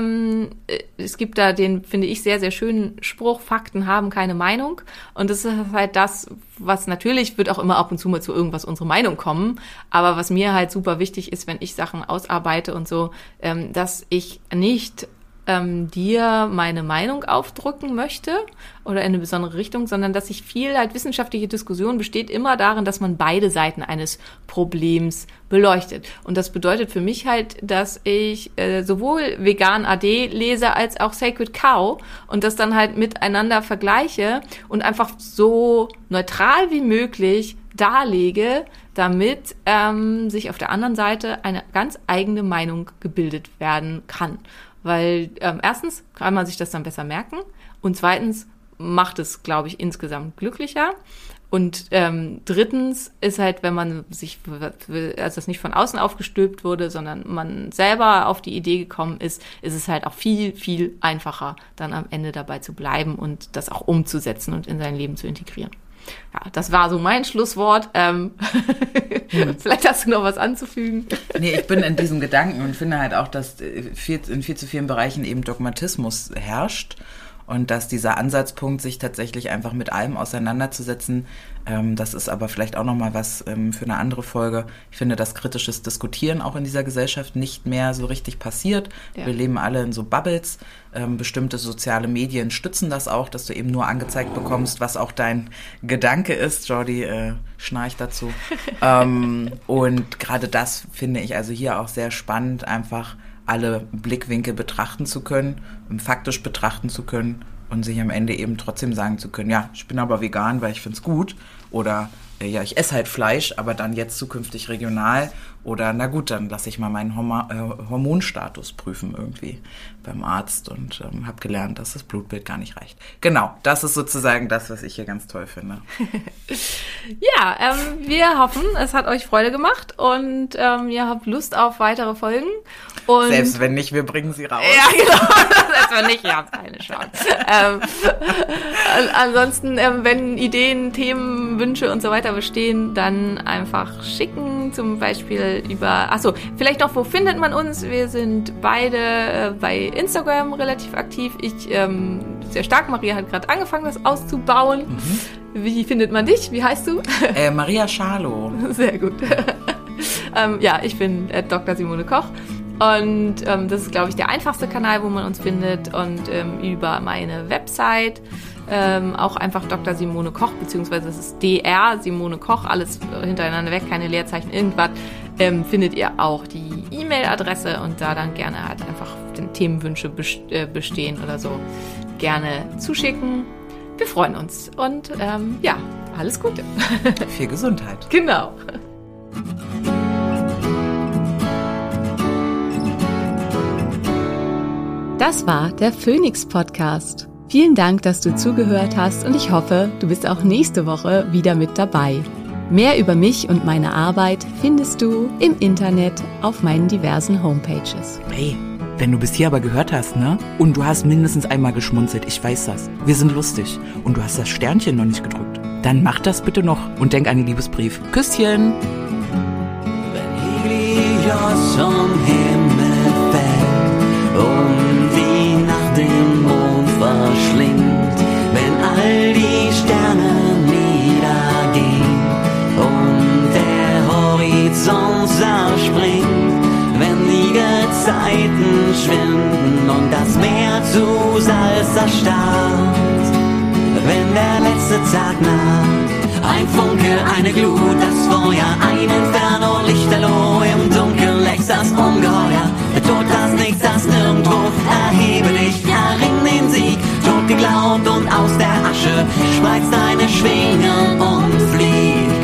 Es gibt da den, finde ich, sehr, sehr schönen Spruch, Fakten haben keine Meinung. Und das ist halt das, was natürlich wird auch immer ab und zu mal zu irgendwas unsere Meinung kommen. Aber was mir halt super wichtig ist, wenn ich Sachen ausarbeite und so, dass ich nicht dir meine Meinung aufdrücken möchte oder in eine besondere Richtung, sondern dass sich viel halt wissenschaftliche Diskussion besteht immer darin, dass man beide Seiten eines Problems beleuchtet. Und das bedeutet für mich halt, dass ich sowohl Vegan AD lese als auch Sacred Cow und das dann halt miteinander vergleiche und einfach so neutral wie möglich darlege, damit sich auf der anderen Seite eine ganz eigene Meinung gebildet werden kann. Weil erstens kann man sich das dann besser merken und zweitens macht es, glaube ich, insgesamt glücklicher. Und drittens ist halt, wenn man sich, also das nicht von außen aufgestülpt wurde, sondern man selber auf die Idee gekommen ist, ist es halt auch viel, viel einfacher, dann am Ende dabei zu bleiben und das auch umzusetzen und in sein Leben zu integrieren. Ja, das war so mein Schlusswort. Vielleicht hast du noch was anzufügen. Nee, ich bin in diesem Gedanken und finde halt auch, dass in viel zu vielen Bereichen eben Dogmatismus herrscht und dass dieser Ansatzpunkt, sich tatsächlich einfach mit allem auseinanderzusetzen, das ist aber vielleicht auch nochmal was für eine andere Folge. Ich finde, dass kritisches Diskutieren auch in dieser Gesellschaft nicht mehr so richtig passiert. Ja. Wir leben alle in so Bubbles. Bestimmte soziale Medien stützen das auch, dass du eben nur angezeigt bekommst, was auch dein Gedanke ist. Jordi schnarcht dazu. Und gerade das finde ich also hier auch sehr spannend, einfach alle Blickwinkel betrachten zu können, faktisch betrachten zu können und sich am Ende eben trotzdem sagen zu können, ja, ich bin aber vegan, weil ich find's gut, oder ja, ich esse halt Fleisch, aber dann jetzt zukünftig regional, oder na gut, dann lasse ich mal meinen Hormonstatus prüfen irgendwie beim Arzt und habe gelernt, dass das Blutbild gar nicht reicht. Genau, das ist sozusagen das, was ich hier ganz toll finde. Ja, wir hoffen, es hat euch Freude gemacht und ihr habt Lust auf weitere Folgen. Und selbst wenn nicht, wir bringen sie raus. Ja, genau. Selbst wenn nicht, ihr habt keine Chance. Ansonsten, wenn Ideen, Themen, Wünsche und so weiter bestehen, dann einfach schicken, zum Beispiel vielleicht noch, wo findet man uns? Wir sind beide bei Instagram relativ aktiv. Ich sehr stark. Maria hat gerade angefangen, das auszubauen. Wie findet man dich? Wie heißt du? Maria Schalow. Sehr gut. Ja, ich bin Dr. Simone Koch. Und das ist, glaube ich, der einfachste Kanal, wo man uns findet. Und über meine Website auch einfach Dr. Simone Koch, beziehungsweise es ist Dr. Simone Koch, alles hintereinander weg, keine Leerzeichen, irgendwas, findet ihr auch die E-Mail-Adresse und da dann gerne halt einfach den Themenwünsche bestehen oder so gerne zuschicken. Wir freuen uns und ja, alles Gute. Viel Gesundheit. Genau. Das war der Phoenix Podcast. Vielen Dank, dass du zugehört hast und ich hoffe, du bist auch nächste Woche wieder mit dabei. Mehr über mich und meine Arbeit findest du im Internet auf meinen diversen Homepages. Hey, wenn du bis hier aber gehört hast, ne? Und du hast mindestens einmal geschmunzelt, ich weiß das. Wir sind lustig und du hast das Sternchen noch nicht gedrückt. Dann mach das bitte noch und denk an den Liebesbrief. Küsschen! Wenn Helios vom Himmel fällt und die Nacht den Mond verschlingt, wenn all die Sterne niedergehen und der Horizont zerspringt, wenn die Gezeiten schwinden und das Meer zu Salz erstarrt, wenn der letzte Tag naht, ein Funke, eine Glut, das Feuer, ein Inferno, Lichterloh, im Dunkeln lächst das Ungeheuer, der Tod, das Nichts, das Nirgendwo, erhebe dich, erring den Sieg, tot geglaubt und aus der Asche, spreiz deine Schwingen und flieg.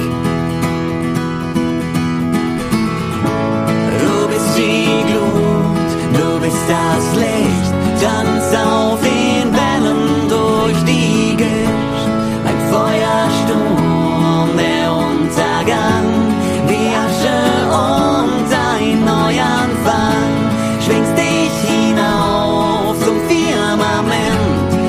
Du bist die Glut, du bist das Licht, tanz auf den Wellen durch die Gischt, ein Feuersturm, der Untergang, die Asche und ein Neuanfang, schwingst dich hinauf zum Firmament,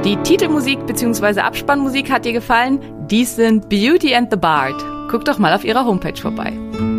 Die Titelmusik bzw. Abspannmusik hat dir gefallen? Dies sind Beauty and the Bard. Guck doch mal auf ihrer Homepage vorbei.